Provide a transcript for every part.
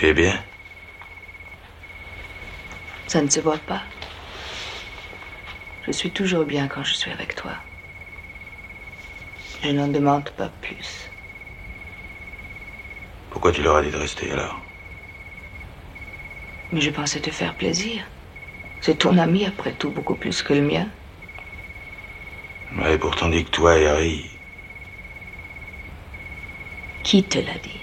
Tu es bien? Ça ne se voit pas. Je suis toujours bien quand je suis avec toi. Je n'en demande pas plus. Pourquoi tu leur as dit de rester alors? Mais je pensais te faire plaisir. C'est ton ami, après tout, beaucoup plus que le mien. Ouais, pourtant dit que toi et Harry... Qui te l'a dit?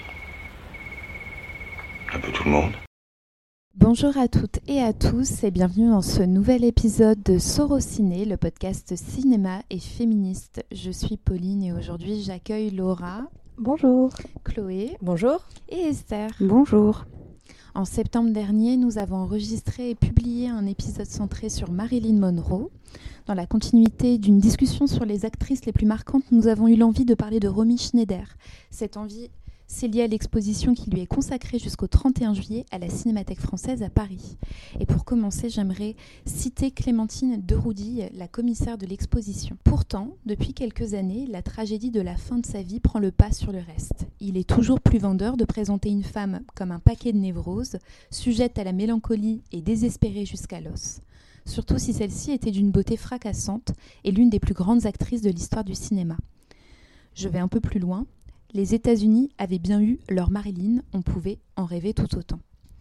Un peu tout le monde. Bonjour à toutes et à tous et bienvenue dans ce nouvel épisode de Sorociné, le podcast cinéma et féministe. Je suis Pauline et aujourd'hui j'accueille Laura. Bonjour. Chloé. Bonjour. Et Esther. Bonjour. En septembre dernier, nous avons enregistré et publié un épisode centré sur Marilyn Monroe. Dans la continuité d'une discussion sur les actrices les plus marquantes, nous avons eu l'envie de parler de Romy Schneider. Cette envie, c'est lié à l'exposition qui lui est consacrée jusqu'au 31 juillet à la Cinémathèque française à Paris. Et pour commencer, j'aimerais citer Clémentine Deroudille, la commissaire de l'exposition. Pourtant, depuis quelques années, la tragédie de la fin de sa vie prend le pas sur le reste. Il est toujours plus vendeur de présenter une femme comme un paquet de névroses, sujette à la mélancolie et désespérée jusqu'à l'os. Surtout si celle-ci était d'une beauté fracassante et l'une des plus grandes actrices de l'histoire du cinéma. Je vais un peu plus loin. Les États-Unis avaient bien eu leur Marilyn, on pouvait en rêver tout autant.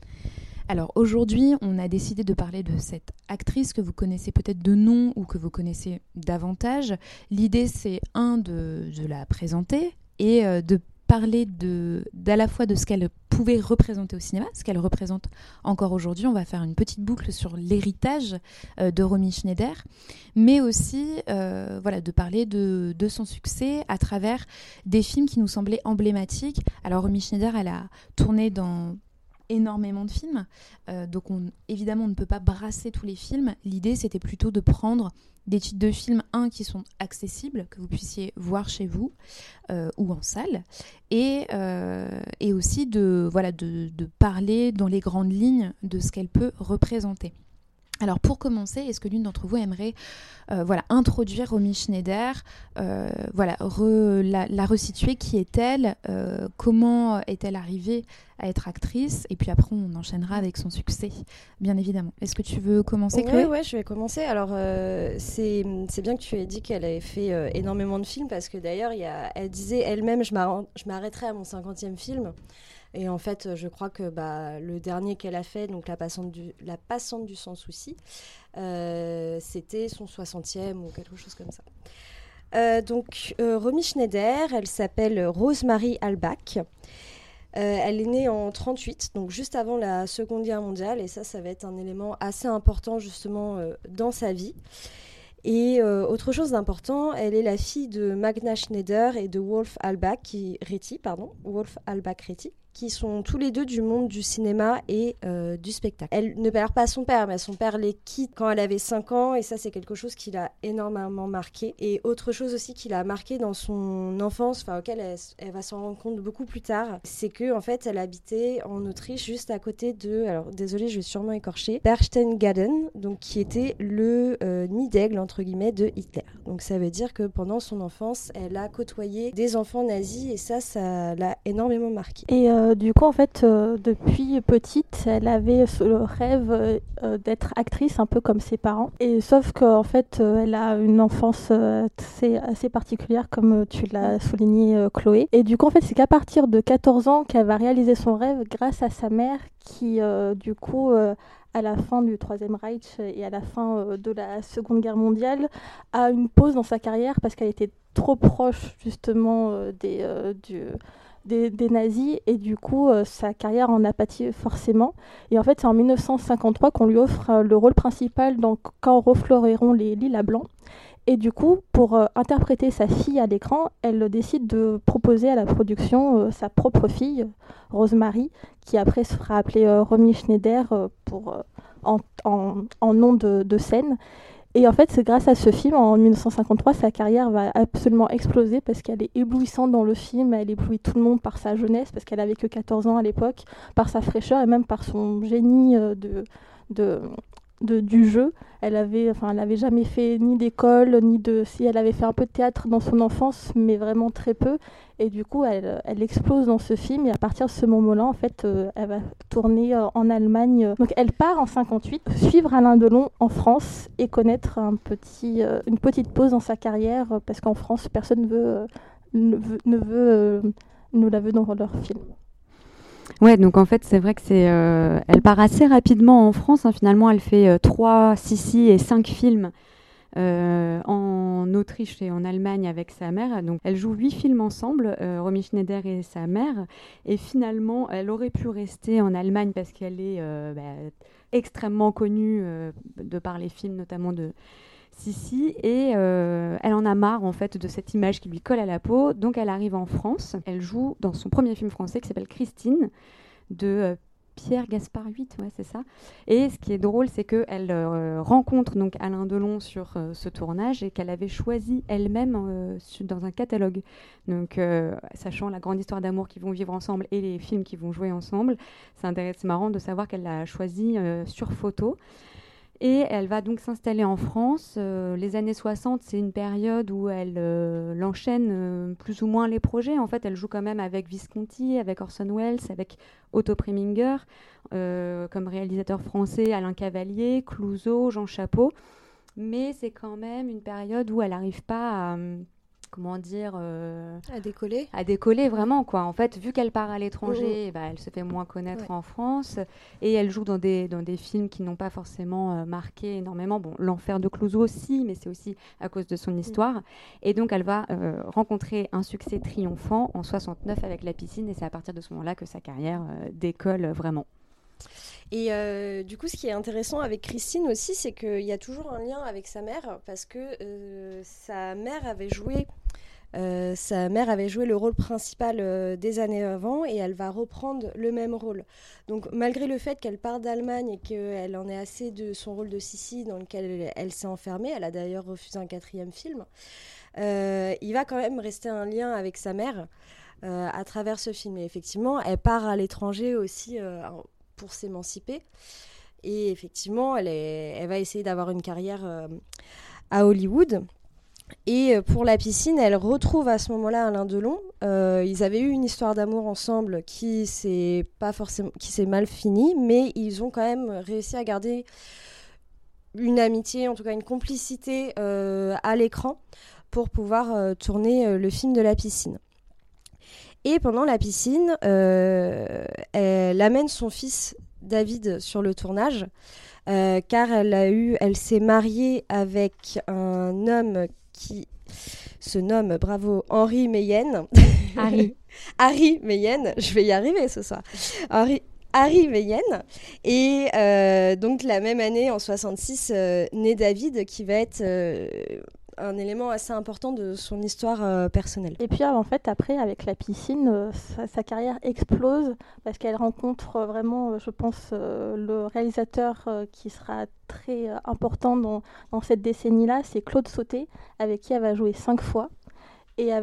Alors aujourd'hui, on a décidé de parler de cette actrice que vous connaissez peut-être de nom ou que vous connaissez davantage. L'idée, c'est de la présenter et de parler d'à la fois de ce qu'elle pouvait représenter au cinéma, ce qu'elle représente encore aujourd'hui. On va faire une petite boucle sur l'héritage de Romy Schneider, mais aussi de parler de son succès à travers des films qui nous semblaient emblématiques. Alors Romy Schneider, elle a tourné dans énormément de films, donc évidemment on ne peut pas brasser tous les films. L'idée c'était plutôt de prendre des titres de films, qui sont accessibles, que vous puissiez voir chez vous ou en salle, et aussi de parler dans les grandes lignes de ce qu'elle peut représenter. Alors pour commencer, est-ce que l'une d'entre vous aimerait introduire Romy Schneider, la resituer, qui est-elle, comment est-elle arrivée à être actrice, et puis après on enchaînera avec son succès, bien évidemment. Est-ce que tu veux commencer, Chloé ? Oui, je vais commencer. Alors c'est bien que tu aies dit qu'elle avait fait énormément de films, parce que d'ailleurs elle disait elle-même, je m'arrêterai à mon 50e film. Et en fait, je crois que le dernier qu'elle a fait, donc La passante du sans souci, c'était son 60e ou quelque chose comme ça. Romy Schneider, elle s'appelle Rosemary Halbach. Elle est née en 1938, donc juste avant la Seconde Guerre mondiale, et ça va être un élément assez important justement dans sa vie. Et autre chose d'important, elle est la fille de Magda Schneider et de Wolf Halbach Retty, qui sont tous les deux du monde du cinéma et du spectacle. Elle ne perd pas son père, mais son père les quitte quand elle avait 5 ans, et ça c'est quelque chose qui l'a énormément marqué. Et autre chose aussi qui l'a marqué dans son enfance, auquel elle va s'en rendre compte beaucoup plus tard, c'est que en fait elle habitait en Autriche juste à côté de, alors désolée je vais sûrement écorcher, Berchtesgaden, donc qui était le nid d'aigle entre guillemets de Hitler. Donc ça veut dire que pendant son enfance elle a côtoyé des enfants nazis, et ça l'a énormément marqué. Et du coup, en fait, depuis petite, elle avait le rêve d'être actrice, un peu comme ses parents. Et sauf qu'en fait, elle a une enfance assez particulière, comme tu l'as souligné, Chloé. Et du coup, en fait, c'est qu'à partir de 14 ans qu'elle va réaliser son rêve grâce à sa mère qui, du coup... à la fin du Troisième Reich et à la fin de la Seconde Guerre mondiale, a une pause dans sa carrière parce qu'elle était trop proche justement des nazis, et du coup sa carrière en a pâti forcément. Et en fait c'est en 1953 qu'on lui offre le rôle principal dans Quand refleureront les lilas blancs. Et du coup, pour interpréter sa fille à l'écran, elle décide de proposer à la production sa propre fille, Rosemary, qui après sera appelée Romy Schneider en nom de scène. Et en fait, c'est grâce à ce film, en 1953, sa carrière va absolument exploser parce qu'elle est éblouissante dans le film. Elle éblouit tout le monde par sa jeunesse, parce qu'elle avait que 14 ans à l'époque, par sa fraîcheur et même par son génie du jeu. Elle avait jamais fait ni d'école, si elle avait fait un peu de théâtre dans son enfance, mais vraiment très peu. Et du coup, elle explose dans ce film. Et à partir de ce moment-là, en fait, elle va tourner en Allemagne. Donc, elle part en 58, suivre Alain Delon en France et connaître une petite pause dans sa carrière, parce qu'en France, personne ne la veut dans leur film. Ouais, donc en fait, c'est vrai que elle part assez rapidement en France. Hein. Finalement, elle fait 3, 6 et 5 films en Autriche et en Allemagne avec sa mère. Donc, elle joue 8 films ensemble, Romy Schneider et sa mère. Et finalement, elle aurait pu rester en Allemagne parce qu'elle est extrêmement connue de par les films, notamment de Sissi, et elle en a marre en fait de cette image qui lui colle à la peau, donc elle arrive en France. Elle joue dans son premier film français qui s'appelle Christine de Pierre Gaspard VIII, ouais, c'est ça. Et ce qui est drôle, c'est qu'elle rencontre donc Alain Delon sur ce tournage et qu'elle avait choisi elle-même dans un catalogue. Donc, sachant la grande histoire d'amour qu'ils vont vivre ensemble et les films qu'ils vont jouer ensemble, c'est marrant de savoir qu'elle l'a choisi sur photo. Et elle va donc s'installer en France. Les années 60, c'est une période où elle enchaîne plus ou moins les projets. En fait, elle joue quand même avec Visconti, avec Orson Welles, avec Otto Preminger, comme réalisateur français, Alain Cavalier, Clouzot, Jean Chapot. Mais c'est quand même une période où elle n'arrive pas à... à décoller vraiment, quoi. En fait, vu qu'elle part à l'étranger, elle se fait moins connaître en France et elle joue dans des films qui n'ont pas forcément marqué énormément. Bon, L'Enfer de Clouseau aussi, mais c'est aussi à cause de son histoire. Et donc, elle va rencontrer un succès triomphant en 69 avec La Piscine, et c'est à partir de ce moment-là que sa carrière décolle vraiment. Et du coup, ce qui est intéressant avec Christine aussi, c'est qu'il y a toujours un lien avec sa mère, parce que sa mère avait joué le rôle principal des années avant, et elle va reprendre le même rôle. Donc, malgré le fait qu'elle part d'Allemagne et qu'elle en ait assez de son rôle de Sissi, dans lequel elle s'est enfermée, elle a d'ailleurs refusé un 4e film, il va quand même rester un lien avec sa mère à travers ce film. Et effectivement, elle part à l'étranger aussi pour s'émanciper. Et effectivement, elle va essayer d'avoir une carrière à Hollywood. Et pour La Piscine, elle retrouve à ce moment-là Alain Delon. Ils avaient eu une histoire d'amour ensemble qui s'est mal finie, mais ils ont quand même réussi à garder une amitié, en tout cas une complicité à l'écran pour pouvoir tourner le film de La Piscine. Et pendant La Piscine, elle amène son fils David sur le tournage, car elle s'est mariée avec un homme qui se nomme, bravo, Henri Meyen. Harry Meyen, je vais y arriver ce soir. Harry Meyen. Et donc la même année, en 66, naît David, qui va être un élément assez important de son histoire personnelle. Et puis en fait, après, avec La Piscine, sa carrière explose parce qu'elle rencontre vraiment, je pense, le réalisateur qui sera très important dans cette décennie-là, c'est Claude Sautet, avec qui elle va jouer 5 fois et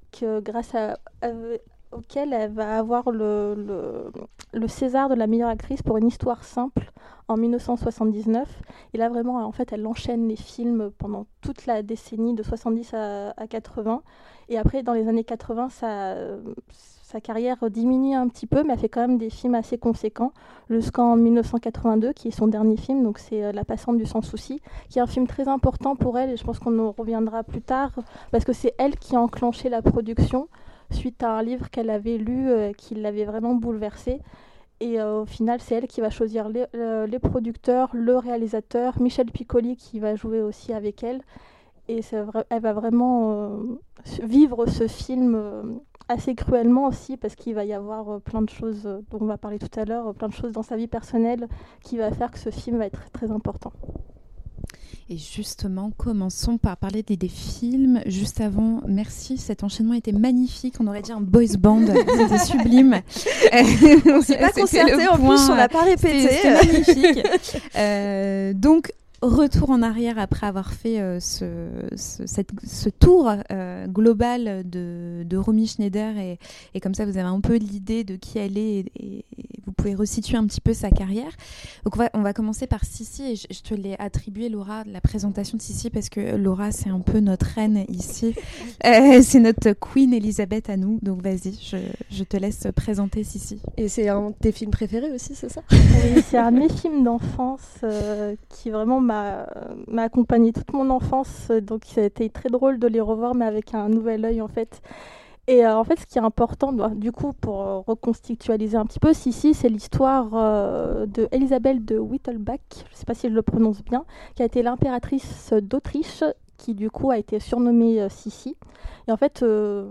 auquel elle va avoir le César de la meilleure actrice pour Une histoire simple en 1979. Et là, vraiment, en fait, elle enchaîne les films pendant toute la décennie de 70 à 80. Et après, dans les années 80, sa carrière diminue un petit peu, mais elle fait quand même des films assez conséquents, jusqu'en 1982, qui est son dernier film, donc c'est La Passante du Sans Souci, qui est un film très important pour elle, et je pense qu'on en reviendra plus tard, parce que c'est elle qui a enclenché la production, suite à un livre qu'elle avait lu, qui l'avait vraiment bouleversée. Et au final, c'est elle qui va choisir les producteurs, le réalisateur, Michel Piccoli qui va jouer aussi avec elle. Et elle va vraiment vivre ce film assez cruellement aussi, parce qu'il va y avoir plein de choses dont on va parler tout à l'heure, plein de choses dans sa vie personnelle qui va faire que ce film va être très, très important. Et justement, commençons par parler des films. Juste avant, merci, cet enchaînement était magnifique. On aurait dit un boys band, c'était sublime. On s'est pas concerté, en plus, on n'a pas répété. C'était magnifique. Donc, retour en arrière après avoir fait ce tour global de Romy Schneider, et comme ça vous avez un peu l'idée de qui elle est, et vous pouvez pouvez resituer un petit peu sa carrière. Donc on va commencer par Sissi, et je te l'ai attribué, Laura, la présentation de Sissi, parce que Laura, c'est un peu notre reine ici. C'est notre Queen Elisabeth à nous. Donc vas-y, je te laisse présenter Sissi. Et c'est un de tes films préférés aussi, c'est ça ? Oui, c'est un de mes films d'enfance qui vraiment m'a accompagné toute mon enfance. Donc ça a été très drôle de les revoir, mais avec un nouvel œil en fait. Et en fait, ce qui est important, du coup, pour reconstitualiser un petit peu, Sissi, c'est l'histoire de Elisabeth de Wittelsbach, je ne sais pas si je le prononce bien, qui a été l'impératrice d'Autriche, qui du coup a été surnommée Sissi. Et en fait,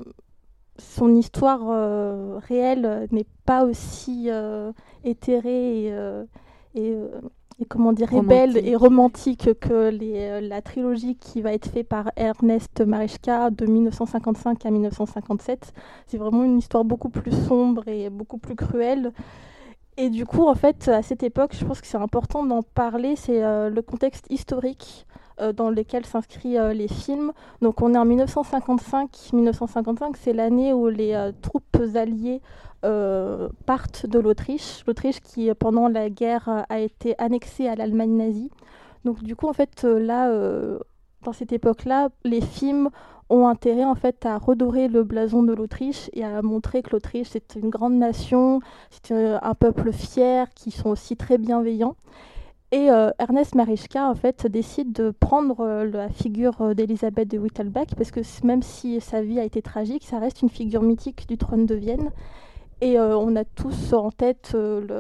son histoire réelle n'est pas aussi éthérée et comment dire, rebelle et romantique que la trilogie qui va être faite par Ernest Marischka de 1955 à 1957. C'est vraiment une histoire beaucoup plus sombre et beaucoup plus cruelle. Et du coup, en fait, à cette époque, je pense que c'est important d'en parler, c'est le contexte historique dans lequel s'inscrivent les films. Donc on est en 1955. 1955, c'est l'année où les troupes alliées partent de l'Autriche. L'Autriche qui, pendant la guerre, a été annexée à l'Allemagne nazie. Donc du coup, en fait, dans cette époque-là, les films ont intérêt en fait à redorer le blason de l'Autriche et à montrer que l'Autriche c'est une grande nation, c'est un peuple fier, qui sont aussi très bienveillants. Et Ernest Marischka en fait décide de prendre la figure d'Elisabeth de Wittelsbach, parce que même si sa vie a été tragique, ça reste une figure mythique du trône de Vienne. Et on a tous en tête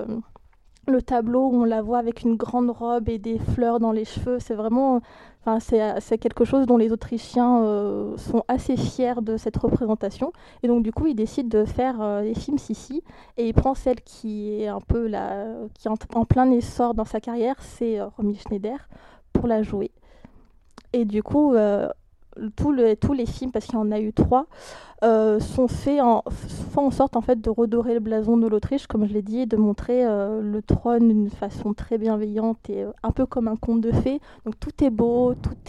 le tableau où on la voit avec une grande robe et des fleurs dans les cheveux. C'est vraiment, c'est quelque chose dont les Autrichiens sont assez fiers de cette représentation. Et donc du coup, il décide de faire les films Sissi, et il prend celle qui est un peu qui est en plein essor dans sa carrière, c'est Romy Schneider, pour la jouer. Et du coup, tous les films, parce qu'il y en a eu 3, font en sorte en fait de redorer le blason de l'Autriche, comme je l'ai dit, et de montrer le trône d'une façon très bienveillante et un peu comme un conte de fées. Donc tout est beau, tout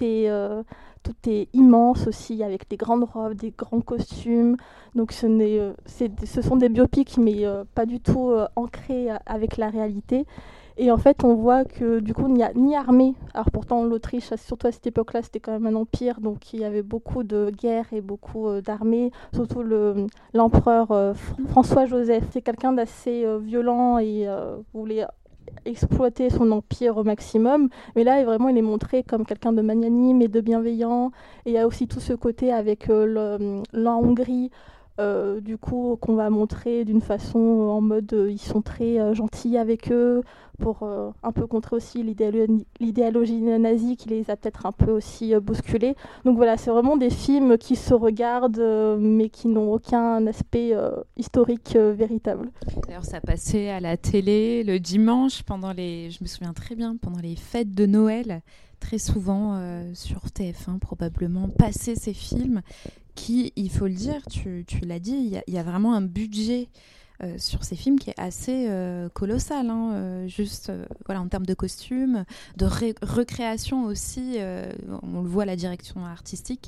est immense aussi, avec des grandes robes, des grands costumes. Donc ce sont des biopics, mais pas du tout ancrés avec la réalité. Et en fait, on voit que du coup, il n'y a ni armée. Alors pourtant, l'Autriche, surtout à cette époque-là, c'était quand même un empire, donc il y avait beaucoup de guerres et beaucoup d'armées. Surtout l'empereur François-Joseph, c'est quelqu'un d'assez violent et voulait exploiter son empire au maximum. Mais là, vraiment, il est montré comme quelqu'un de magnanime et de bienveillant. Et il y a aussi tout ce côté avec la Hongrie, du coup, qu'on va montrer d'une façon en mode ils sont très gentils avec eux, pour un peu contrer aussi l'idéologie nazie qui les a peut-être un peu aussi bousculés. Donc voilà, c'est vraiment des films qui se regardent mais qui n'ont aucun aspect historique véritable. D'ailleurs, ça passait à la télé le dimanche je me souviens très bien, pendant les fêtes de Noël, très souvent sur TF1 probablement, passaient ces films qui, il faut le dire, tu l'as dit, il y a vraiment un budget sur ces films qui est assez colossal, juste voilà, en termes de costumes, de recréation aussi, on le voit à la direction artistique.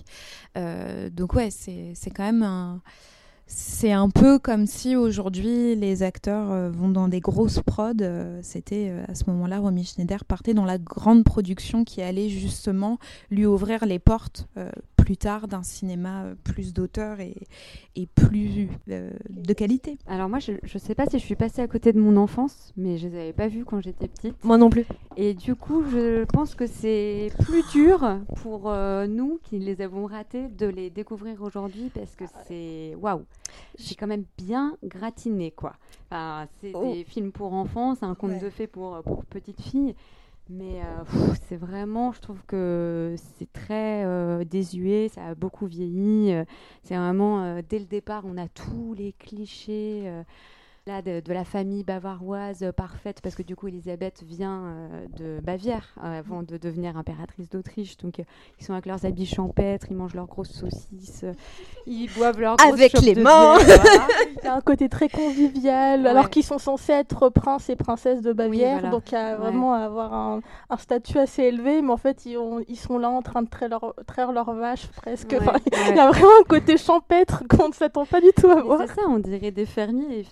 Donc ouais, c'est quand même c'est un peu comme si aujourd'hui les acteurs vont dans des grosses prods. C'était à ce moment-là, Romy Schneider partait dans la grande production qui allait justement lui ouvrir les portes plus tard d'un cinéma plus d'auteur et plus de qualité. Alors moi, je ne sais pas si je suis passée à côté de mon enfance, mais je ne les avais pas vus quand j'étais petite. Moi non plus. Et du coup, je pense que c'est plus dur pour nous qui les avons ratés de les découvrir aujourd'hui, parce que c'est waouh, c'est quand même bien gratiné, quoi. Enfin, c'est des films pour enfants, c'est un conte de fées pour petites filles. Mais c'est vraiment, je trouve que c'est très désuet, ça a beaucoup vieilli. C'est vraiment, dès le départ, on a tous les clichés là, de la famille bavaroise parfaite, parce que du coup, Elisabeth vient de Bavière avant de devenir impératrice d'Autriche. Donc, ils sont avec leurs habits champêtres, ils mangent leurs grosses saucisses, ils boivent leurs grosses avec chopes les de mains. bière, voilà. Il y a un côté très convivial, alors qu'ils sont censés être princes et princesses de Bavière, Oui, voilà. donc il y a vraiment à avoir un statut assez élevé, mais en fait ils sont là en train de traire leur vache presque. Ouais, Il y a vraiment un côté champêtre qu'on ne s'attend pas du tout à voir. C'est ça, on dirait des fermiers, et finalement on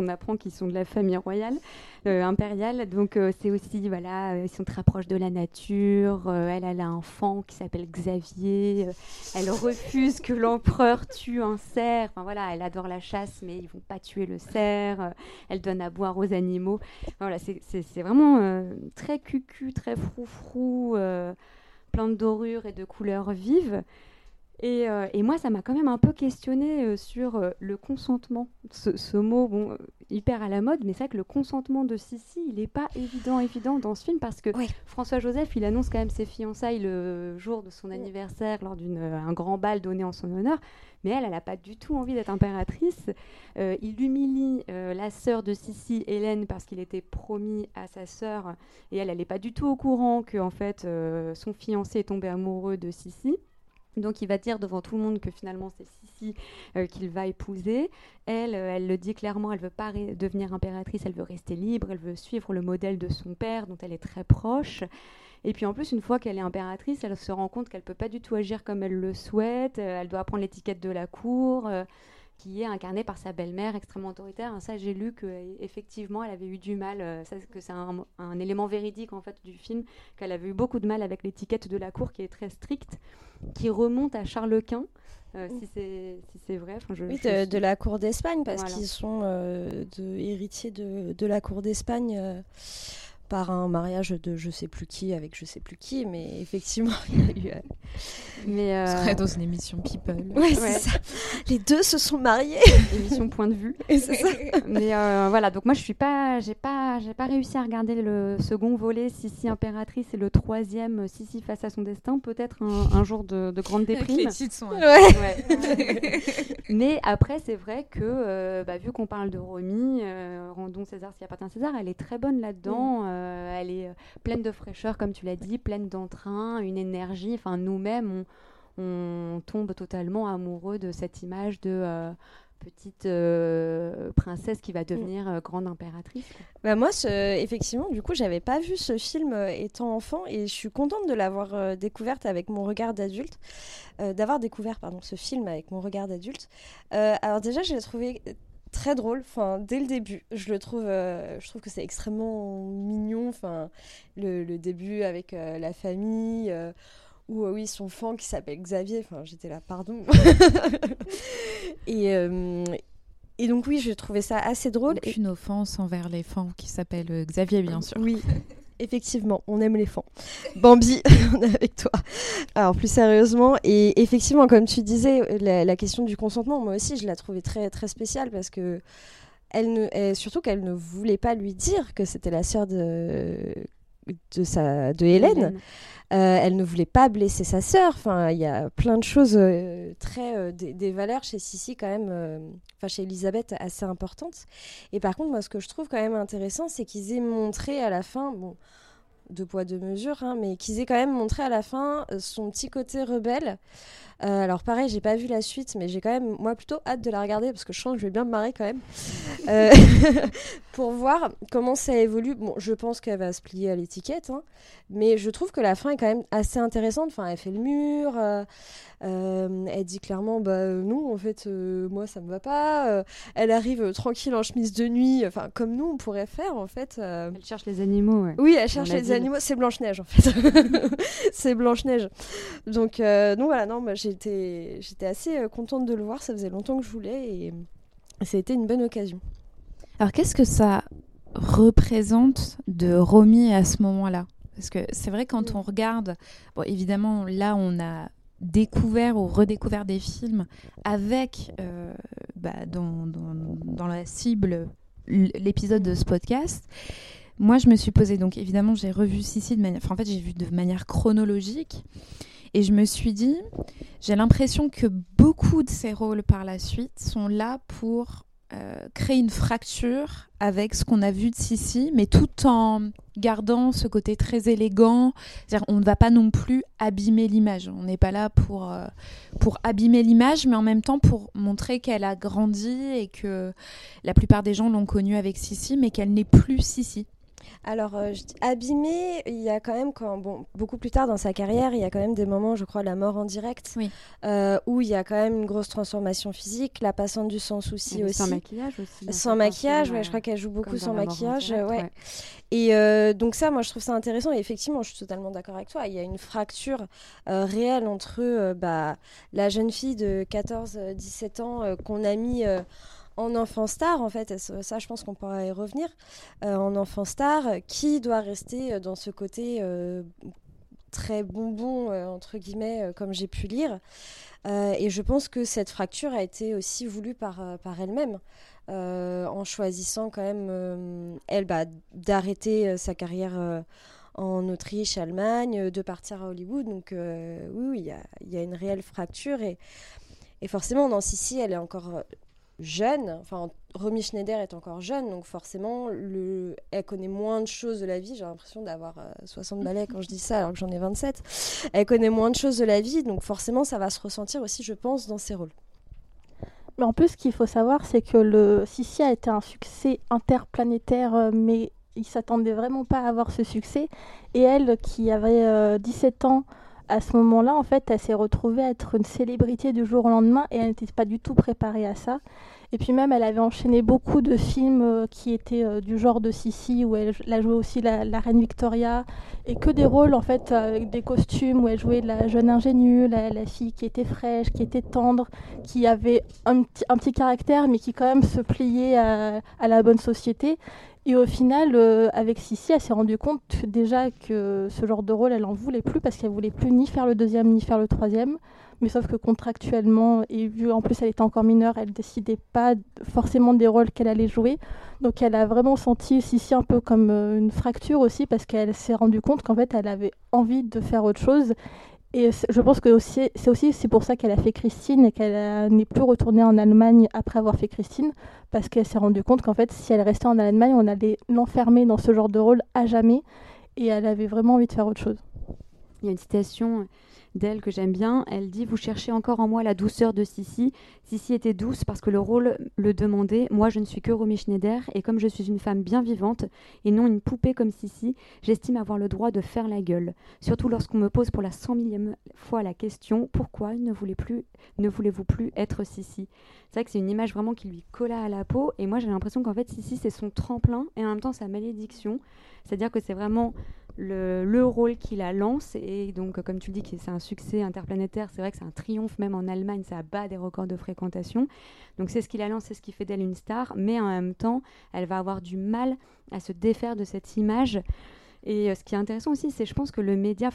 on apprend qu'ils sont de la famille royale, impériale. Donc c'est aussi, voilà, ils sont très proches de la nature. Elle a un enfant qui s'appelle Xavier. Elle refuse que l'empereur tue un cerf. Enfin voilà, elle adore la chasse, mais ils vont pas tuer le cerf. Elle donne à boire aux animaux. Voilà, c'est vraiment très cucu, très froufrou, plein de dorures et de couleurs vives. Et moi, ça m'a quand même un peu questionnée sur le consentement. Ce mot, bon, hyper à la mode, mais c'est vrai que le consentement de Sissi, il n'est pas évident dans ce film parce que François-Joseph, il annonce quand même ses fiançailles le jour de son anniversaire lors d'un grand bal donné en son honneur. Mais elle n'a pas du tout envie d'être impératrice. Il humilie la sœur de Sissi, Hélène, parce qu'il était promis à sa sœur. Et elle n'est pas du tout au courant que en fait, son fiancé est tombé amoureux de Sissi. Donc il va dire devant tout le monde que finalement c'est Sissi qu'il va épouser. Elle le dit clairement, elle ne veut pas devenir impératrice, elle veut rester libre, elle veut suivre le modèle de son père dont elle est très proche. Et puis en plus, une fois qu'elle est impératrice, elle se rend compte qu'elle ne peut pas du tout agir comme elle le souhaite. Elle doit prendre l'étiquette de la cour, qui est incarnée par sa belle-mère extrêmement autoritaire. Ça, j'ai lu qu'effectivement, elle avait eu du mal, que c'est un élément véridique en fait, du film, qu'elle avait eu beaucoup de mal avec l'étiquette de la cour qui est très stricte, qui remonte à Charles Quint, si c'est vrai. Oui, de la cour d'Espagne, parce qu'ils sont héritiers de la cour d'Espagne par un mariage de je sais plus qui avec je sais plus qui, mais effectivement il y a eu ce serait dans une émission People. Ouais. C'est ça. Les deux se sont mariés. Émission Point de vue. Et c'est ça. Mais voilà, donc moi j'ai pas réussi à regarder le second volet Sissi impératrice et le troisième Sissi face à son destin, peut-être un jour de grande déprime. Les titres sont Mais après c'est vrai que vu qu'on parle de Romy, rendons César ce qui appartient à César, elle est très bonne là-dedans. Elle est pleine de fraîcheur, comme tu l'as dit, pleine d'entrain, une énergie. Enfin, nous-mêmes, on tombe totalement amoureux de cette image de petite princesse qui va devenir grande impératrice. Moi, effectivement, du coup, j'avais pas vu ce film étant enfant et je suis contente de l'avoir découverte avec mon regard d'adulte. D'avoir découvert, ce film avec mon regard d'adulte. Alors déjà, je l'ai trouvé très drôle, dès le début, je trouve que c'est extrêmement mignon, le début avec la famille, où son fan qui s'appelle Xavier, j'étais là, pardon. Et donc oui, je trouvais ça assez drôle. Aucune offense envers les fans qui s'appellent Xavier, bien sûr. Oui. Effectivement, on aime les fans. Bambi, on est avec toi. Alors, plus sérieusement, et effectivement, comme tu disais, la question du consentement, moi aussi, je la trouvais très, très spéciale parce que surtout qu'elle ne voulait pas lui dire que c'était la sœur de Hélène. Elle ne voulait pas blesser sa sœur. Il y a plein de choses des valeurs chez Sissi quand même, chez Elisabeth assez importantes. Et par contre, moi, ce que je trouve quand même intéressant, c'est qu'ils aient montré à la fin, deux poids deux mesures, mais qu'ils aient quand même montré à la fin son petit côté rebelle. Alors pareil, j'ai pas vu la suite, mais j'ai quand même, moi, plutôt hâte de la regarder parce que je sens que je vais bien me marrer quand même. Pour voir comment ça évolue. Bon, je pense qu'elle va se plier à l'étiquette, mais je trouve que la fin est quand même assez intéressante. Elle fait le mur, elle dit clairement, non, en fait, moi, ça me va pas. Elle arrive tranquille en chemise de nuit, comme nous, on pourrait faire, en fait. Elle cherche les animaux, ouais. Oui, elle cherche les animaux. C'est Blanche-Neige, en fait. C'est Blanche-Neige. Donc voilà, non, j'étais assez contente de le voir. Ça faisait longtemps que je voulais et ça a été une bonne occasion. Alors, qu'est-ce que ça représente de Romy à ce moment-là ? Parce que c'est vrai, quand on regarde... Bon, évidemment, là, on a découvert ou redécouvert des films avec, dans la cible, l'épisode de ce podcast. Moi, je me suis posée... Donc, évidemment, j'ai revu Sissi de manière... en fait, j'ai vu de manière chronologique. Et je me suis dit, j'ai l'impression que beaucoup de ces rôles par la suite sont là pour créer une fracture avec ce qu'on a vu de Sissi, mais tout en gardant ce côté très élégant. C'est-à-dire, on ne va pas non plus abîmer l'image. On n'est pas là pour abîmer l'image, mais en même temps pour montrer qu'elle a grandi et que la plupart des gens l'ont connue avec Sissi, mais qu'elle n'est plus Sissi. Alors, abîmée, il y a quand même, beaucoup plus tard dans sa carrière, il y a quand même des moments, je crois, la mort en direct, Oui. où il y a quand même une grosse transformation physique, la passante du sans souci aussi. Sans maquillage aussi. Sans maquillage, je crois qu'elle joue beaucoup sans maquillage. Et donc ça, moi, je trouve ça intéressant. Et effectivement, je suis totalement d'accord avec toi. Il y a une fracture réelle entre la jeune fille de 14-17 ans qu'on a mis... en enfant star, en fait, ça je pense qu'on pourra y revenir, en enfant star, qui doit rester dans ce côté très bonbon, entre guillemets, comme j'ai pu lire. Et je pense que cette fracture a été aussi voulue par elle-même, en choisissant quand même, elle, d'arrêter sa carrière en Autriche, Allemagne, de partir à Hollywood. Donc oui, il y a une réelle fracture. Et forcément, dans Sissi, elle est encore... jeune, enfin Romy Schneider est encore jeune, donc forcément elle connaît moins de choses de la vie. J'ai l'impression d'avoir 60 balais quand je dis ça alors que j'en ai 27. Elle connaît moins de choses de la vie, donc forcément ça va se ressentir aussi, je pense, dans ses rôles. Mais en plus, ce qu'il faut savoir, c'est que le Sissi a été un succès interplanétaire, mais il s'attendait vraiment pas à avoir ce succès. Et elle, qui avait 17 ans à ce moment-là, en fait, elle s'est retrouvée à être une célébrité du jour au lendemain et elle n'était pas du tout préparée à ça. Et puis même, elle avait enchaîné beaucoup de films qui étaient du genre de Sissi, où elle a joué aussi la reine Victoria, et que des rôles, en fait, avec des costumes, où elle jouait la jeune ingénue, la fille qui était fraîche, qui était tendre, qui avait un petit caractère, mais qui quand même se pliait à la bonne société. Et au final, avec Sissi, elle s'est rendue compte déjà que ce genre de rôle, elle n'en voulait plus parce qu'elle ne voulait plus ni faire le deuxième, ni faire le troisième. Mais sauf que contractuellement, et vu en plus elle était encore mineure, elle ne décidait pas forcément des rôles qu'elle allait jouer. Donc elle a vraiment senti Sissi un peu comme une fracture aussi parce qu'elle s'est rendue compte qu'en fait, elle avait envie de faire autre chose. Et je pense que c'est pour ça qu'elle a fait Christine et qu'elle n'est plus retournée en Allemagne après avoir fait Christine, parce qu'elle s'est rendue compte qu'en fait, si elle restait en Allemagne, on allait l'enfermer dans ce genre de rôle à jamais, et elle avait vraiment envie de faire autre chose. Il y a une citation d'elle que j'aime bien. Elle dit « Vous cherchez encore en moi la douceur de Sissi. Sissi était douce parce que le rôle le demandait. Moi, je ne suis que Romy Schneider et comme je suis une femme bien vivante et non une poupée comme Sissi, j'estime avoir le droit de faire la gueule. Surtout lorsqu'on me pose pour la 100 millième fois la question « Pourquoi ne voulez-vous plus être Sissi ?» C'est vrai que c'est une image vraiment qui lui colla à la peau et moi, j'ai l'impression qu'en fait, Sissi, c'est son tremplin et en même temps sa malédiction. C'est-à-dire que c'est vraiment... le rôle qui la lance et donc comme tu le dis c'est un succès interplanétaire, c'est vrai que c'est un triomphe même en Allemagne, ça bat des records de fréquentation, donc c'est ce qui la lance, c'est ce qui fait d'elle une star, mais en même temps elle va avoir du mal à se défaire de cette image. Et ce qui est intéressant aussi, c'est je pense que le média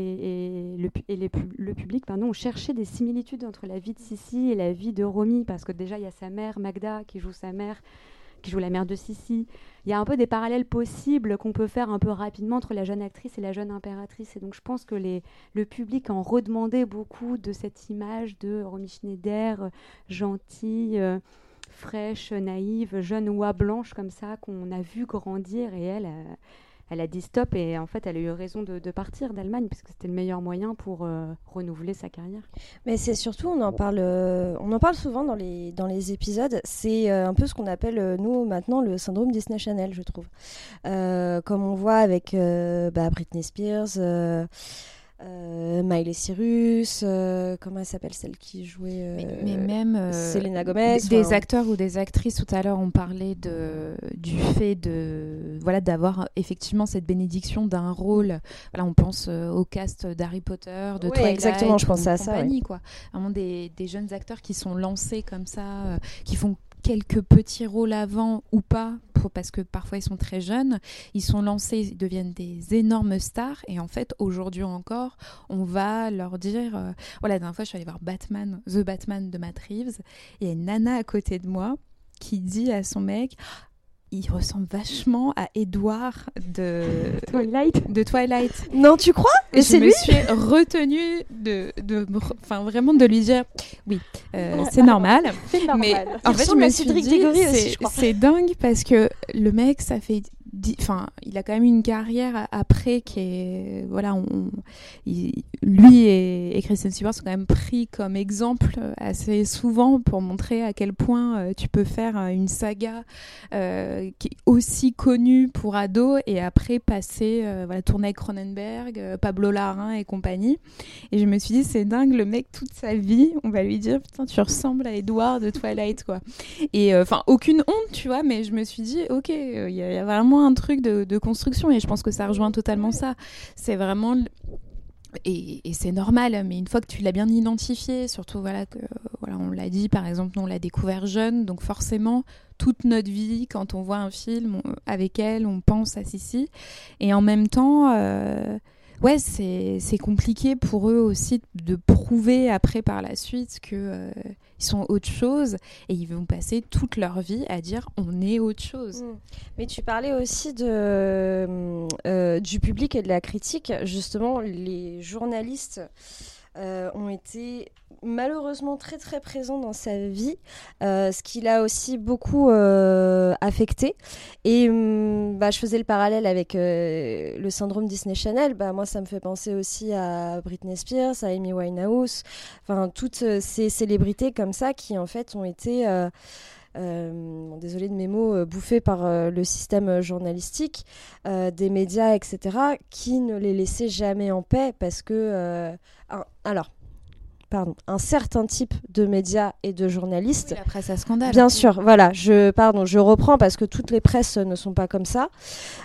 le public ont cherché des similitudes entre la vie de Sissi et la vie de Romy, parce que déjà il y a sa mère Magda qui joue sa mère, qui joue la mère de Sissi. Il y a un peu des parallèles possibles qu'on peut faire un peu rapidement entre la jeune actrice et la jeune impératrice. Et donc, je pense que le public en redemandait beaucoup de cette image de Romy Schneider, gentille, fraîche, naïve, jeune oie blanche comme ça, qu'on a vu grandir. Et elle a dit stop et en fait elle a eu raison de partir d'Allemagne parce que c'était le meilleur moyen pour renouveler sa carrière. Mais c'est surtout, on en parle souvent dans les épisodes, c'est un peu ce qu'on appelle nous maintenant le syndrome Disney Channel, je trouve. Comme on voit avec Britney Spears, Miley Cyrus, comment elle s'appelle celle qui jouait mais même Selena Gomez, des acteurs ou des actrices. Tout à l'heure on parlait du fait d'avoir effectivement cette bénédiction d'un rôle. Voilà, on pense au cast d'Harry Potter, de Twilight, exactement, je pensais à ça, quoi. Vraiment des jeunes acteurs qui sont lancés comme ça, qui font quelques petits rôles avant ou pas, parce que parfois ils sont très jeunes, ils sont lancés, ils deviennent des énormes stars et en fait aujourd'hui encore on va leur dire la dernière fois je suis allée voir The Batman de Matt Reeves, il y a une nana à côté de moi qui dit à son mec il ressemble vachement à Edward de Twilight. Non, tu crois? Et c'est lui? Je me suis retenue vraiment de lui dire oui, c'est normal. C'est normal. Mais en fait, je me suis dit c'est dingue parce que le mec, ça fait il a quand même une carrière après qui est voilà, lui et Kristen Stewart sont quand même pris comme exemple assez souvent pour montrer à quel point tu peux faire une saga qui est aussi connue pour ados et après passer tourner avec Cronenberg, Pablo Larraín et compagnie. Et je me suis dit c'est dingue, le mec toute sa vie on va lui dire putain tu ressembles à Edward de Twilight quoi. Et aucune honte tu vois, mais je me suis dit ok, il y a vraiment un truc de construction et je pense que ça rejoint totalement ça. C'est vraiment et c'est normal, mais une fois que tu l'as bien identifié, surtout on l'a dit par exemple, nous on l'a découvert jeune, donc forcément toute notre vie quand on voit un film avec elle on pense à Sissi et en même temps c'est compliqué pour eux aussi de prouver après par la suite que ils sont autre chose et ils vont passer toute leur vie à dire on est autre chose. Mais tu parlais aussi du public et de la critique. Justement, les journalistes ont été malheureusement très très présents dans sa vie, ce qui l'a aussi beaucoup affecté. Et je faisais le parallèle avec le syndrome Disney Channel. Moi, ça me fait penser aussi à Britney Spears, à Amy Winehouse, toutes ces célébrités comme ça qui en fait ont été désolée de mes mots, bouffés par le système journalistique, des médias, etc., qui ne les laissaient jamais en paix parce que... un certain type de médias et de journalistes. Oui, la presse à scandale. Bien sûr, voilà, je reprends parce que toutes les presses ne sont pas comme ça.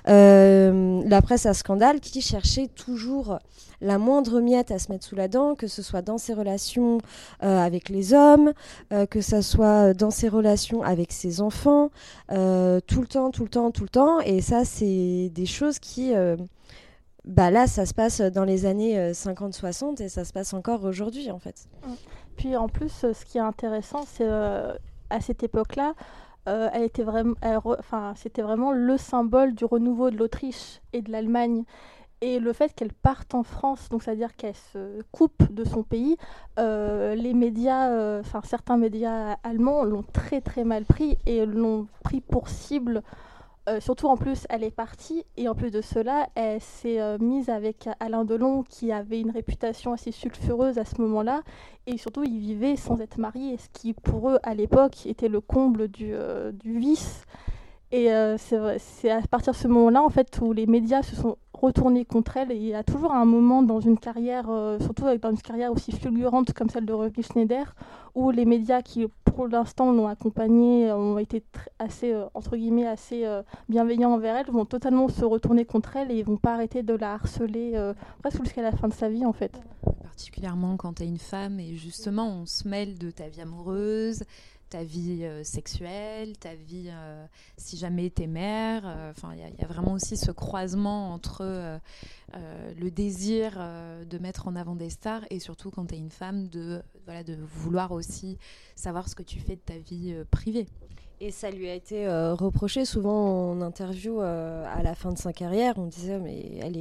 La presse à scandale qui cherchait toujours la moindre miette à se mettre sous la dent, que ce soit dans ses relations avec les hommes, que ce soit dans ses relations avec ses enfants, tout le temps. Et ça, c'est des choses qui... là, ça se passe dans les années 50-60 et ça se passe encore aujourd'hui, en fait. Puis en plus, ce qui est intéressant, c'est à cette époque-là, c'était vraiment le symbole du renouveau de l'Autriche et de l'Allemagne. Et le fait qu'elle parte en France, donc c'est-à-dire qu'elle se coupe de son pays, les médias, certains médias allemands l'ont très très mal pris et l'ont pris pour cible. Surtout en plus, elle est partie et en plus de cela, elle s'est mise avec Alain Delon qui avait une réputation assez sulfureuse à ce moment-là et surtout ils vivaient sans être mariés, ce qui pour eux à l'époque était le comble du vice. Et c'est à partir de ce moment-là en fait où les médias se sont retournés contre elle et il y a toujours un moment dans une carrière, surtout dans une carrière aussi fulgurante comme celle de Romy Schneider, où les médias qui pour l'instant l'ont accompagnée ont été assez entre guillemets assez bienveillants envers elle, vont totalement se retourner contre elle et ils vont pas arrêter de la harceler presque jusqu'à la fin de sa vie en fait. Particulièrement quand tu es une femme et justement on se mêle de ta vie amoureuse, ta vie sexuelle, ta vie si jamais t'es mère. Il y a vraiment aussi ce croisement entre le désir de mettre en avant des stars et surtout quand t'es une femme de vouloir aussi savoir ce que tu fais de ta vie privée. Et ça lui a été reproché souvent en interview à la fin de sa carrière. On disait mais elle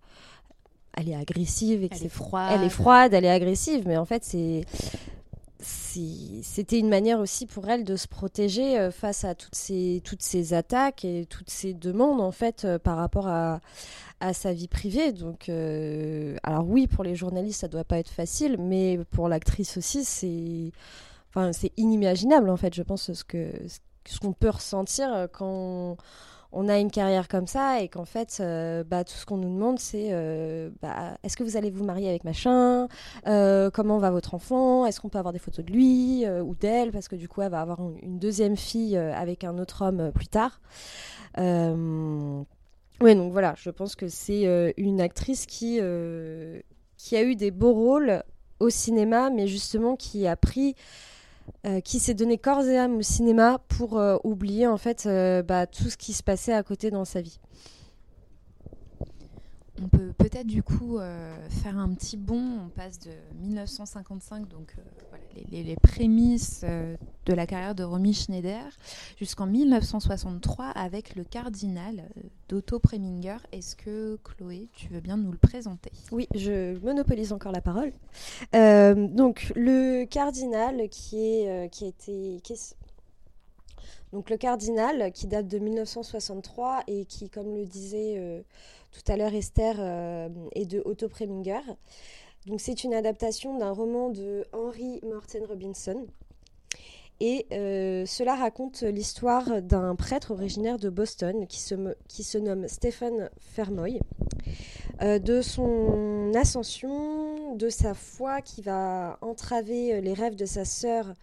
est agressive et que elle est froide. Elle est froide, elle est agressive, mais en fait c'était une manière aussi pour elle de se protéger face à toutes ces attaques et toutes ces demandes en fait par rapport à sa vie privée. Donc, alors oui, pour les journalistes, ça doit pas être facile, mais pour l'actrice aussi, c'est inimaginable en fait. Je pense ce qu'on peut ressentir quand on a une carrière comme ça et qu'en fait, tout ce qu'on nous demande, c'est est-ce que vous allez vous marier avec machin, comment va votre enfant, est-ce qu'on peut avoir des photos de lui ou d'elle, parce que du coup, elle va avoir une deuxième fille avec un autre homme plus tard. Ouais, donc voilà, je pense que c'est une actrice qui a eu des beaux rôles au cinéma, mais justement qui a pris... qui s'est donné corps et âme au cinéma pour oublier en fait tout ce qui se passait à côté dans sa vie. On peut peut-être du coup faire un petit bond, on passe de 1955, donc les prémices de la carrière de Romy Schneider, jusqu'en 1963 avec Le Cardinal d'Otto Preminger. Est-ce que Chloé, tu veux bien nous le présenter ? Oui, je monopolise encore la parole. Donc Le Cardinal qui est Donc le Cardinal, qui date de 1963 et qui, comme le disait tout à l'heure Esther, est de Otto Preminger. Donc c'est une adaptation d'un roman de Henry Morton Robinson. Et cela raconte l'histoire d'un prêtre originaire de Boston qui se nomme Stephen Fermoy, de son ascension, de sa foi qui va entraver les rêves de sa sœur.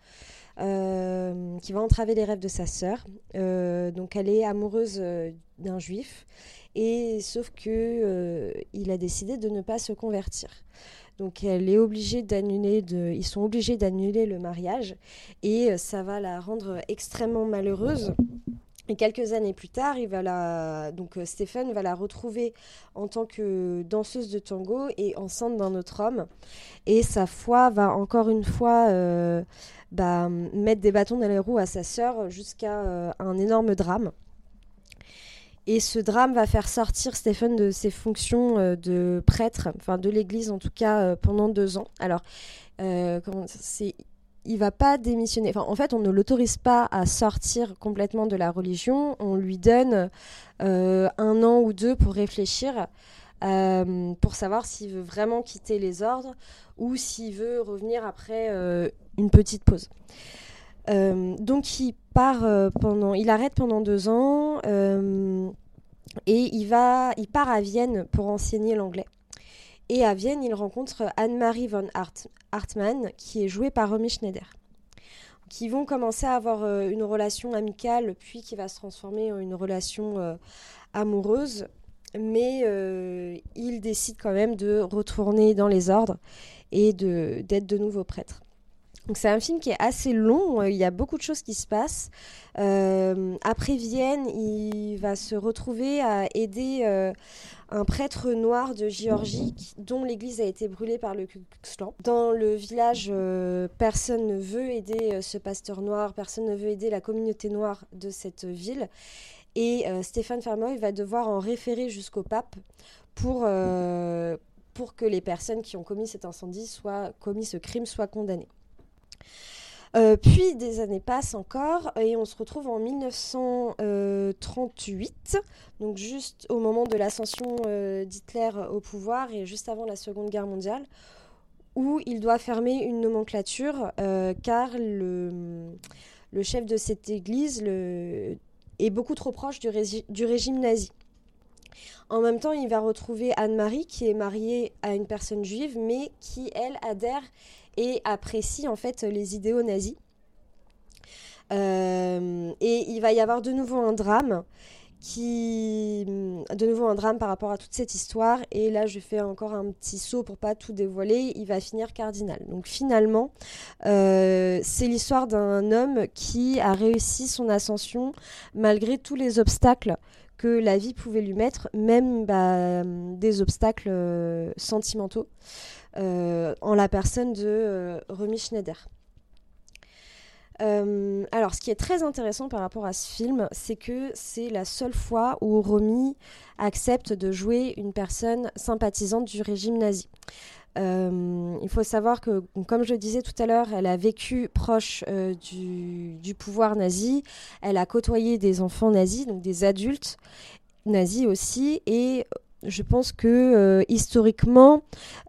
Donc elle est amoureuse d'un juif, et sauf que il a décidé de ne pas se convertir. Donc ils sont obligés d'annuler le mariage, et ça va la rendre extrêmement malheureuse. Et quelques années plus tard, Stephen va la retrouver en tant que danseuse de tango et enceinte d'un autre homme. Et sa foi va encore une fois mettre des bâtons dans les roues à sa sœur jusqu'à un énorme drame. Et ce drame va faire sortir Stephen de ses fonctions de prêtre, enfin de l'église en tout cas, pendant 2 ans. Alors, il va pas démissionner. Enfin, en fait, on ne l'autorise pas à sortir complètement de la religion. On lui donne 1 an ou 2 pour réfléchir, pour savoir s'il veut vraiment quitter les ordres ou s'il veut revenir après une petite pause. Donc il arrête pendant 2 ans, et il part à Vienne pour enseigner l'anglais. Et à Vienne, il rencontre Anne-Marie von Hartmann, qui est jouée par Romy Schneider, qui vont commencer à avoir une relation amicale, puis qui va se transformer en une relation amoureuse. Mais il décide quand même de retourner dans les ordres et d'être de nouveau prêtre. Donc c'est un film qui est assez long, il y a beaucoup de choses qui se passent. Après Vienne, il va se retrouver à aider un prêtre noir de Géorgie dont l'église a été brûlée par le Ku Klux Klan. Dans le village, personne ne veut aider ce pasteur noir, personne ne veut aider la communauté noire de cette ville. Et Stephen Fermoy va devoir en référer jusqu'au pape pour que les personnes qui ont commis cet incendie, commis ce crime, soient condamnées. Puis des années passent encore et on se retrouve en 1938, donc juste au moment de l'ascension d'Hitler au pouvoir et juste avant la Seconde Guerre mondiale, où il doit fermer une nomenclature car le chef de cette église est beaucoup trop proche du régime nazi. En même temps, il va retrouver Anne-Marie qui est mariée à une personne juive mais qui, elle, adhère et apprécie en fait les idéaux nazis. Et il va y avoir de nouveau un drame par rapport à toute cette histoire. Et là, je fais encore un petit saut pour pas tout dévoiler. Il va finir cardinal. Donc finalement, c'est l'histoire d'un homme qui a réussi son ascension malgré tous les obstacles que la vie pouvait lui mettre, même des obstacles sentimentaux. En la personne de Romy Schneider. Alors, ce qui est très intéressant par rapport à ce film, c'est que c'est la seule fois où Romy accepte de jouer une personne sympathisante du régime nazi. Il faut savoir que, comme je le disais tout à l'heure, elle a vécu proche du pouvoir nazi, elle a côtoyé des enfants nazis, donc des adultes nazis aussi, et je pense que historiquement,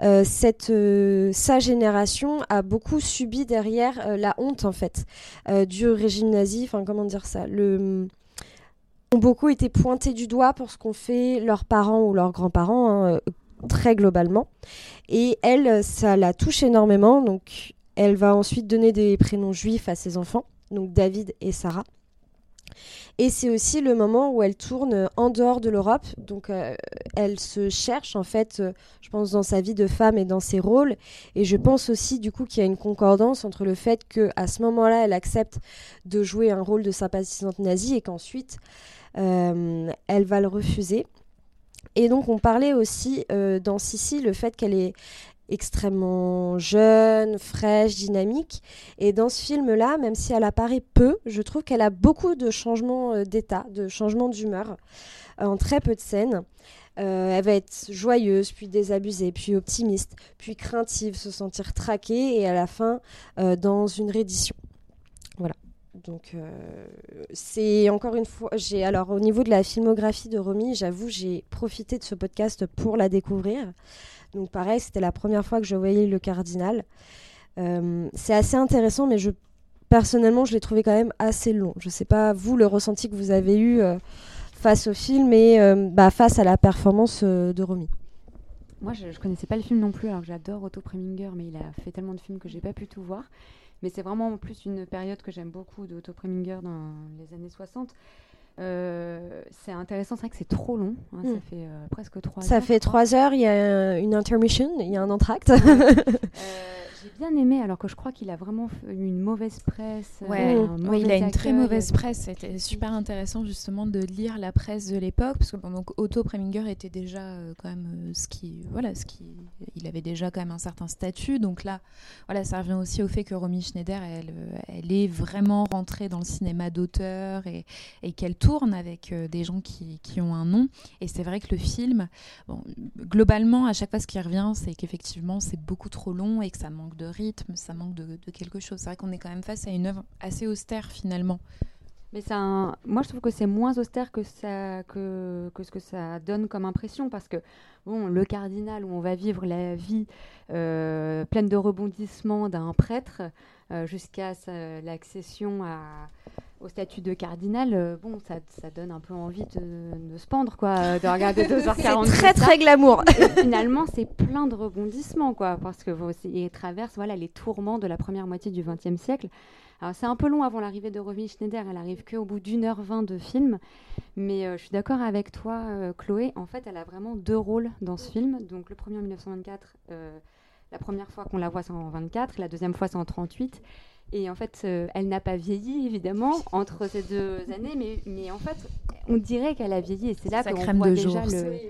sa génération a beaucoup subi derrière la honte en fait du régime nazi. Enfin, comment dire ça, ont beaucoup été pointés du doigt pour ce qu'ont fait leurs parents ou leurs grands-parents, très globalement. Et elle, ça la touche énormément. Donc, elle va ensuite donner des prénoms juifs à ses enfants, donc David et Sarah. Et c'est aussi le moment où elle tourne en dehors de l'Europe. Donc, elle se cherche, en fait, je pense, dans sa vie de femme et dans ses rôles. Et je pense aussi, du coup, qu'il y a une concordance entre le fait qu'à ce moment-là, elle accepte de jouer un rôle de sympathisante nazie et qu'ensuite, elle va le refuser. Et donc, on parlait aussi dans Sissi le fait qu'elle est extrêmement jeune, fraîche, dynamique. Et dans ce film-là, même si elle apparaît peu, je trouve qu'elle a beaucoup de changements d'état, de changements d'humeur en très peu de scènes. Elle va être joyeuse, puis désabusée, puis optimiste, puis craintive, se sentir traquée et à la fin dans une reddition. Voilà. Donc c'est encore une fois, alors au niveau de la filmographie de Romy, j'avoue, j'ai profité de ce podcast pour la découvrir. Donc pareil, c'était la première fois que je voyais Le Cardinal. C'est assez intéressant, mais personnellement, je l'ai trouvé quand même assez long. Je sais pas, vous, le ressenti que vous avez eu face au film et face à la performance de Romy. Moi, je connaissais pas le film non plus, alors que j'adore Otto Preminger, mais il a fait tellement de films que j'ai pas pu tout voir. Mais c'est vraiment en plus une période que j'aime beaucoup de Otto Preminger dans les années 60. C'est intéressant, c'est vrai que c'est trop long, hein, ça fait presque 3 heures. Ça fait 3 heures, il y a une intermission, il y a un entracte. J'ai bien aimé, alors que je crois qu'il a vraiment eu une mauvaise presse. Il a une très mauvaise presse. C'était super intéressant justement de lire la presse de l'époque, parce que donc, Otto Preminger était déjà quand même il avait déjà quand même un certain statut. Donc là, voilà, ça revient aussi au fait que Romy Schneider, elle est vraiment rentrée dans le cinéma d'auteur et qu'elle tourne avec des gens qui ont un nom. Et c'est vrai que le film, globalement, à chaque fois, ce qui revient, c'est qu'effectivement, c'est beaucoup trop long et que ça manque de rythme, ça manque de quelque chose. C'est vrai qu'on est quand même face à une œuvre assez austère finalement. Mais moi je trouve que c'est moins austère que ce que ça donne comme impression, parce que Le Cardinal, où on va vivre la vie pleine de rebondissements d'un prêtre jusqu'à l'accession au statut de cardinal, ça donne un peu envie de se pendre, quoi, de regarder 2h40. C'est très très glamour. Et finalement, c'est plein de rebondissements, quoi, parce que il traverse les tourments de la première moitié du XXe siècle. Alors, c'est un peu long avant l'arrivée de Romy Schneider, elle arrive qu'au bout d'1h20 de film, mais je suis d'accord avec toi, Chloé. En fait, elle a vraiment 2 rôles dans ce film. Donc, le premier en 1924, la première fois qu'on la voit, c'est en 24, la deuxième fois, c'est en 38. Et en fait, elle n'a pas vieilli, évidemment, entre ces 2 années, mais en fait, on dirait qu'elle a vieilli, et c'est là qu'on voit déjà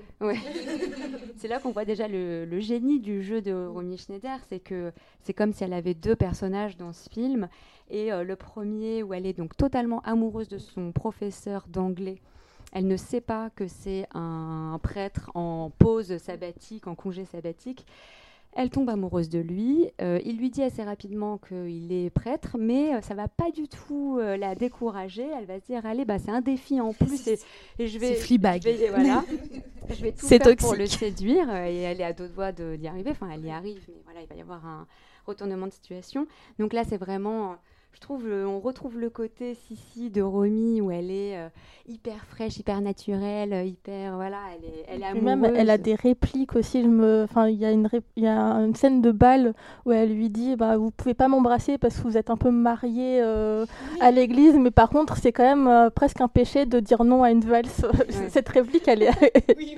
c'est là qu'on voit déjà le génie du jeu de Romy Schneider. C'est que c'est comme si elle avait 2 personnages dans ce film, et le premier, où elle est donc totalement amoureuse de son professeur d'anglais. Elle ne sait pas que c'est un prêtre en pause sabbatique, en congé sabbatique. Elle tombe amoureuse de lui. Il lui dit assez rapidement qu'il est prêtre, mais ça ne va pas du tout la décourager. Elle va se dire, allez, c'est un défi en plus. Et je vais, c'est Fleabag. Je vais tout faire pour le séduire. Et elle est à 2 doigts d'y arriver. Enfin, elle y arrive, mais voilà, il va y avoir un retournement de situation. Donc là, c'est vraiment... Je trouve, on retrouve le côté Sissi de Romy, où elle est hyper fraîche, hyper naturelle, hyper, elle est amoureuse. Et même, elle a des répliques aussi. Il y a une scène de bal où elle lui dit, vous pouvez pas m'embrasser parce que vous êtes un peu mariés à l'église, mais par contre, c'est quand même presque un péché de dire non à une valse. Cette réplique, elle est... oui.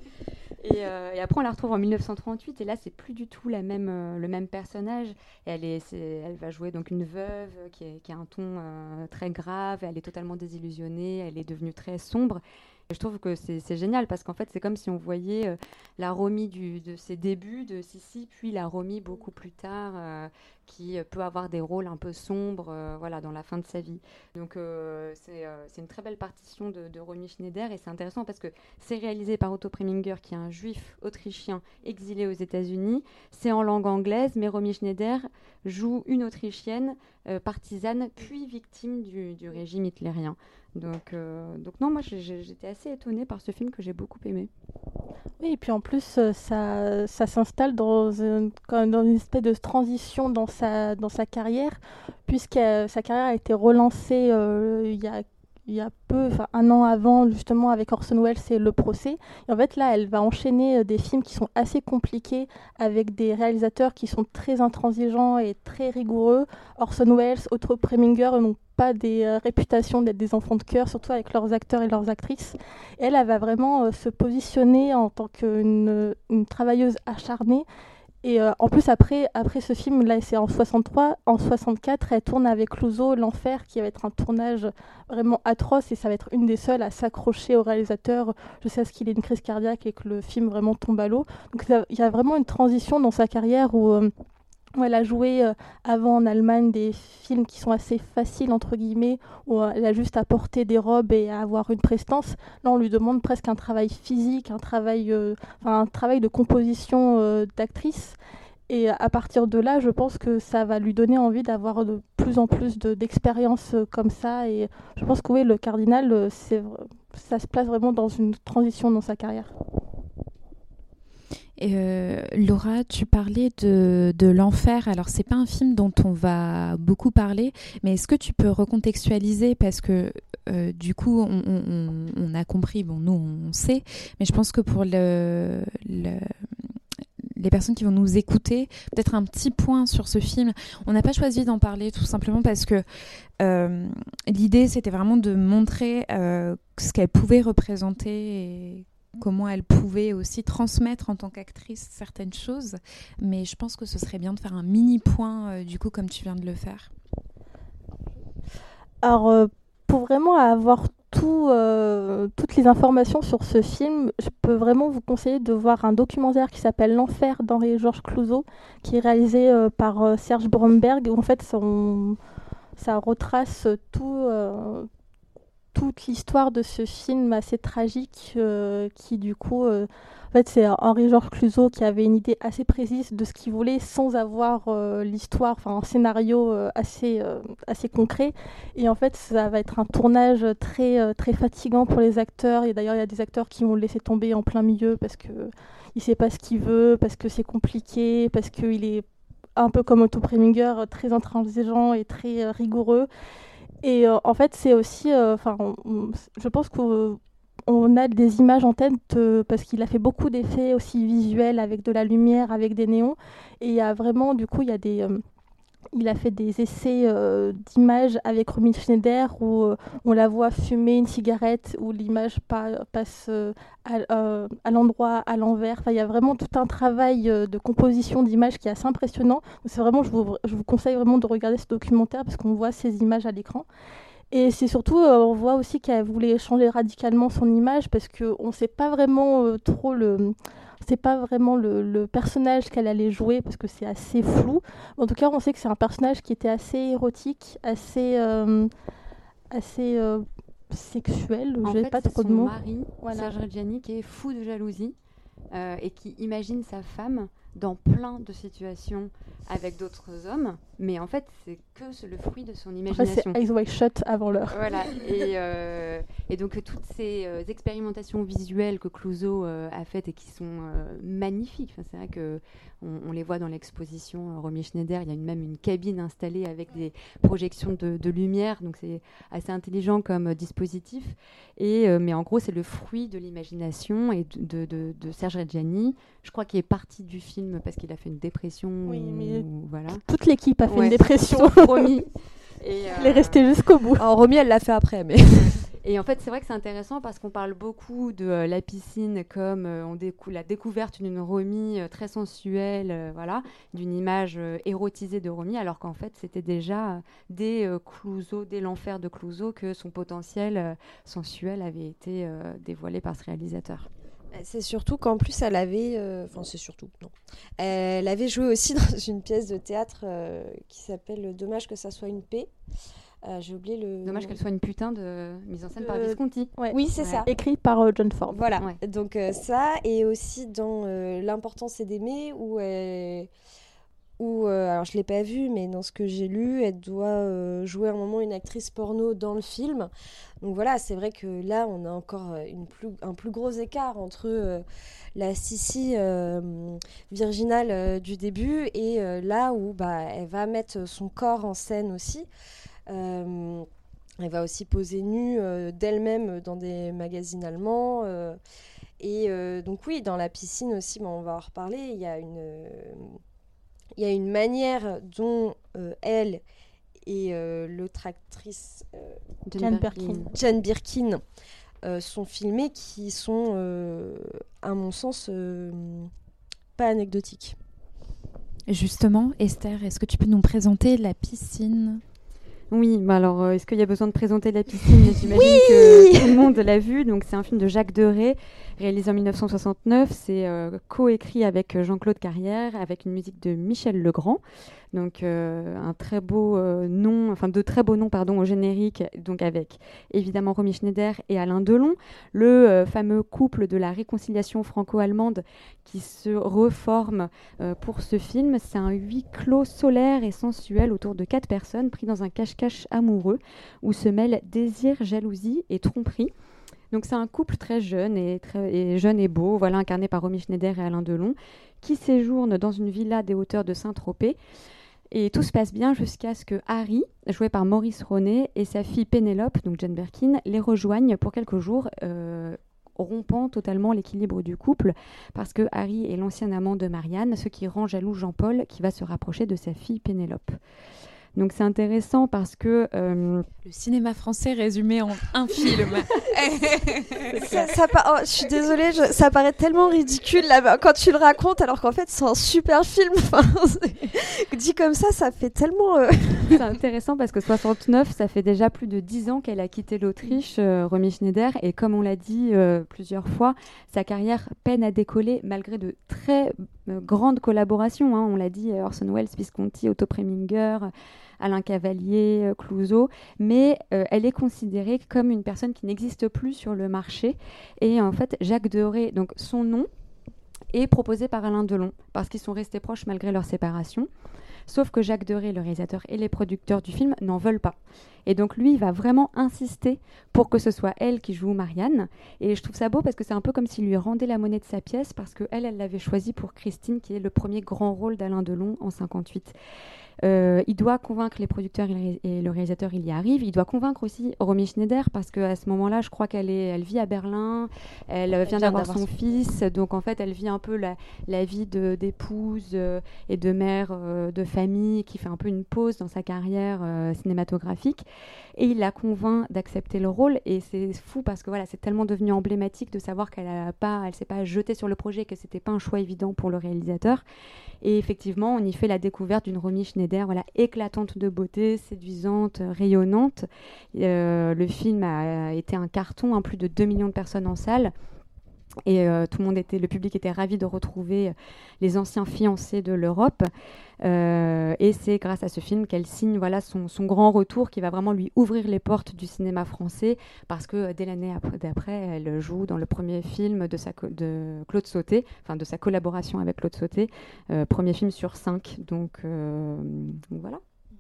Et après, on la retrouve en 1938, et là, c'est plus du tout le même personnage. Et elle va jouer donc une veuve qui a un ton très grave, elle est totalement désillusionnée, elle est devenue très sombre. Et je trouve que c'est génial, parce qu'en fait, c'est comme si on voyait la Romy de ses débuts, de Sissi, puis la Romy beaucoup plus tard, qui peut avoir des rôles un peu sombres dans la fin de sa vie. Donc, c'est une très belle partition de Romy Schneider, et c'est intéressant parce que c'est réalisé par Otto Preminger, qui est un juif autrichien exilé aux États-Unis. C'est en langue anglaise, mais Romy Schneider joue une Autrichienne partisane, puis victime du régime hitlérien. Donc non, moi j'étais assez étonnée par ce film que j'ai beaucoup aimé. Oui, et puis en plus ça s'installe dans une espèce de transition dans sa carrière, puisque sa carrière a été relancée il y a peu, 1 an avant, justement, avec Orson Welles et Le Procès. Et en fait, là, elle va enchaîner des films qui sont assez compliqués, avec des réalisateurs qui sont très intransigeants et très rigoureux. Orson Welles, Otto Preminger n'ont pas des réputations d'être des enfants de cœur, surtout avec leurs acteurs et leurs actrices. Et elle va vraiment se positionner en tant qu'une travailleuse acharnée. Et en plus, après ce film, là, c'est en 63, en 64, elle tourne avec Clouseau, L'Enfer, qui va être un tournage vraiment atroce, et ça va être une des seules à s'accrocher au réalisateur jusqu'à ce qu'il ait une crise cardiaque et que le film vraiment tombe à l'eau. Donc il y a vraiment une transition dans sa carrière où elle a joué avant en Allemagne des films qui sont assez faciles, entre guillemets, où elle a juste à porter des robes et à avoir une prestance. Là, on lui demande presque un travail physique, un travail de composition d'actrice. Et à partir de là, je pense que ça va lui donner envie d'avoir de plus en plus d'expériences comme ça. Et je pense que oui, le Cardinal, ça se place vraiment dans une transition dans sa carrière. Et Laura, tu parlais de l'enfer. Alors, c'est pas un film dont on va beaucoup parler, mais est-ce que tu peux recontextualiser parce que du coup, on a compris. Bon, nous, on sait, mais je pense que pour les personnes qui vont nous écouter, peut-être un petit point sur ce film. On n'a pas choisi d'en parler tout simplement parce que l'idée, c'était vraiment de montrer ce qu'elle pouvait représenter et comment elle pouvait aussi transmettre en tant qu'actrice certaines choses. Mais je pense que ce serait bien de faire un mini point, du coup, comme tu viens de le faire. Alors, pour vraiment avoir toutes les informations sur ce film, je peux vraiment vous conseiller de voir un documentaire qui s'appelle L'Enfer d'Henri-Georges Clouzot, qui est réalisé par Serge Bromberg, où en fait ça retrace toute l'histoire de ce film assez tragique qui du coup en fait c'est Henri-Georges Clouzot qui avait une idée assez précise de ce qu'il voulait sans avoir l'histoire, enfin un scénario assez concret, et en fait ça va être un tournage très fatigant pour les acteurs, et d'ailleurs il y a des acteurs qui vont le laisser tomber en plein milieu parce que il sait pas ce qu'il veut, parce que c'est compliqué, parce qu'il est un peu comme Otto Preminger, très intransigeant et très rigoureux. Et en fait, c'est aussi, je pense qu'on a des images en tête parce qu'il a fait beaucoup d'effets aussi visuels avec de la lumière, avec des néons. Et il y a vraiment, du coup, il a fait des essais d'images avec Romy Schneider où on la voit fumer une cigarette, où l'image passe à l'endroit, à l'envers. Enfin, il y a vraiment tout un travail de composition d'images qui est assez impressionnant. Donc, c'est vraiment, je vous conseille vraiment de regarder ce documentaire parce qu'on voit ces images à l'écran. Et c'est surtout, on voit aussi qu'elle voulait changer radicalement son image parce qu'on ne sait pas vraiment c'est pas vraiment le personnage qu'elle allait jouer parce que c'est assez flou. En tout cas, on sait que c'est un personnage qui était assez érotique, assez sexuel. En Je n'ai fait, pas c'est trop de son mots. mari, Voilà. Serge Reggiani, qui est fou de jalousie et qui imagine sa femme dans plein de situations avec d'autres hommes, mais en fait, c'est que le fruit de son En fait, imagination. c'est Eyes Wide Shut avant l'heure. Voilà, et donc toutes ces expérimentations visuelles que Clouzot a faites et qui sont magnifiques, enfin, c'est vrai qu'on les voit dans l'exposition Romy Schneider, il y a même une cabine installée avec des projections de lumière, donc c'est assez intelligent comme dispositif, mais en gros c'est le fruit de l'imagination et de Serge Reggiani, je crois qu'il est parti du film parce qu'il a fait une dépression, Oui, mais voilà. toute l'équipe a fait Ouais, une dépression. sauf Romy. Elle est restée jusqu'au bout. Alors, Romy, elle l'a fait après, mais... Et en fait, c'est vrai que c'est intéressant parce qu'on parle beaucoup de la piscine comme la découverte d'une Romy très sensuelle, voilà, d'une image érotisée de Romy, alors qu'en fait, c'était déjà dès Clouzot, dès l'enfer de Clouzot, que son potentiel sensuel avait été dévoilé par ce réalisateur. C'est surtout qu'en plus, elle avait... non. Elle avait joué aussi dans une pièce de théâtre qui s'appelle « Dommage que ça soit une paix ». J'ai oublié le... Dommage qu'elle soit une putain de mise en scène par Visconti. Ouais. Oui, c'est ça. Écrit par John Ford. Voilà, Ouais. donc ça, et aussi dans L'important c'est d'aimer, alors je l'ai pas vu, mais dans ce que j'ai lu, elle doit jouer à un moment une actrice porno dans le film. Donc voilà, c'est vrai que là, on a encore un plus gros écart entre la Sissi virginale du début et là où elle va mettre son corps en scène aussi. Elle va aussi poser nue d'elle-même dans des magazines allemands. Donc oui, dans la piscine aussi, on va en reparler, il y a une manière dont elle et l'autre actrice, Jane Birkin, sont filmées qui sont, à mon sens, pas anecdotiques. Justement, Esther, est-ce que tu peux nous présenter la piscine ? Oui, bah alors est-ce qu'il y a besoin de présenter La piscine? J'imagine que tout le monde l'a vu. Donc c'est un film de Jacques Deray, réalisé en 1969. C'est coécrit avec Jean-Claude Carrière, avec une musique de Michel Legrand. Donc un très beau de très beaux noms au générique. Donc avec évidemment Romy Schneider et Alain Delon, le fameux couple de la réconciliation franco-allemande qui se reforme pour ce film. C'est un huis clos solaire et sensuel autour de 4 personnes pris dans un cache-cache amoureux où se mêlent désir, jalousie et tromperie. Donc c'est un couple très jeune et jeune et beau, voilà, incarné par Romy Schneider et Alain Delon, qui séjourne dans une villa des hauteurs de Saint-Tropez. Et tout se passe bien jusqu'à ce que Harry, joué par Maurice Ronet, et sa fille Pénélope, donc Jane Birkin, les rejoignent pour quelques jours, rompant totalement l'équilibre du couple, parce que Harry est l'ancien amant de Marianne, ce qui rend jaloux Jean-Paul, qui va se rapprocher de sa fille Pénélope. Donc c'est intéressant parce que... Le cinéma français résumé en un film. Je suis désolée, ça paraît tellement ridicule là, quand tu le racontes, alors qu'en fait c'est un super film. Dit comme ça fait tellement... C'est intéressant parce que 69, ça fait déjà plus de 10 ans qu'elle a quitté l'Autriche, Romy Schneider, et comme on l'a dit plusieurs fois, sa carrière peine à décoller malgré de très grandes collaborations. On l'a dit, Orson Welles, Visconti, Otto Preminger, Alain Cavalier, Clouzot, mais elle est considérée comme une personne qui n'existe plus sur le marché. Et en fait, Jacques Deray, donc son nom, est proposé par Alain Delon, parce qu'ils sont restés proches malgré leur séparation. Sauf que Jacques Deray, le réalisateur et les producteurs du film, n'en veulent pas. Et donc lui, il va vraiment insister pour que ce soit elle qui joue Marianne. Et je trouve ça beau parce que c'est un peu comme s'il lui rendait la monnaie de sa pièce, parce qu'elle l'avait choisi pour Christine, qui est le premier grand rôle d'Alain Delon en 58. Il doit convaincre les producteurs et le réalisateur, il y arrive. Il doit convaincre aussi Romy Schneider parce qu'à ce moment-là, je crois elle vit à Berlin, elle vient d'avoir son fils, donc en fait, elle vit un peu la vie d'épouse et de mère de famille qui fait un peu une pause dans sa carrière cinématographique. Et il la convainc d'accepter le rôle, et c'est fou parce que voilà, c'est tellement devenu emblématique de savoir elle s'est pas jetée sur le projet, que c'était pas un choix évident pour le réalisateur. Et effectivement, on y fait la découverte d'une Romy Schneider, voilà, éclatante de beauté, séduisante, rayonnante. Le film a été un carton, plus de 2 millions de personnes en salle. Et le public était ravi de retrouver les anciens fiancés de l'Europe. Et c'est grâce à ce film qu'elle signe son grand retour qui va vraiment lui ouvrir les portes du cinéma français, parce que dès l'année d'après, elle joue dans le premier film de Claude Sauté, enfin de sa collaboration avec Claude Sauté, premier film sur 5. Donc voilà.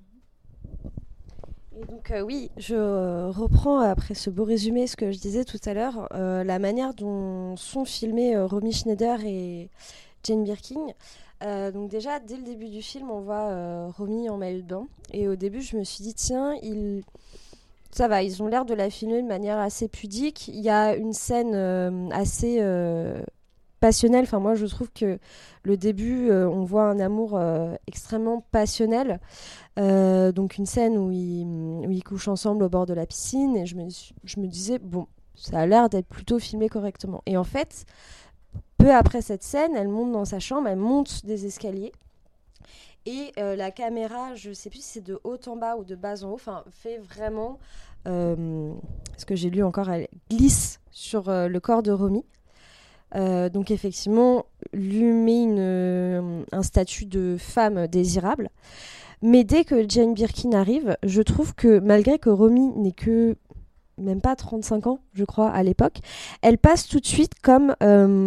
Et donc oui, je reprends après ce beau résumé ce que je disais tout à l'heure, la manière dont sont filmés Romy Schneider et Jane Birkin. Donc déjà, dès le début du film, on voit Romy en maillot de bain. Et au début, je me suis dit, tiens, ça va, ils ont l'air de la filmer de manière assez pudique. Il y a une scène assez passionnelle. Enfin, moi, je trouve que le début, on voit un amour extrêmement passionnel. Donc une scène où ils couchent ensemble au bord de la piscine. Et je me disais, bon, ça a l'air d'être plutôt filmé correctement. Et en fait... Peu après cette scène, elle monte dans sa chambre, elle monte des escaliers et la caméra, je ne sais plus si c'est de haut en bas ou de bas en haut, fait vraiment, ce que j'ai lu encore, elle glisse sur le corps de Romy. Donc effectivement, lui met un statut de femme désirable. Mais dès que Jane Birkin arrive, je trouve que malgré que Romy n'ait que même pas 35 ans, je crois, à l'époque, elle passe tout de suite comme...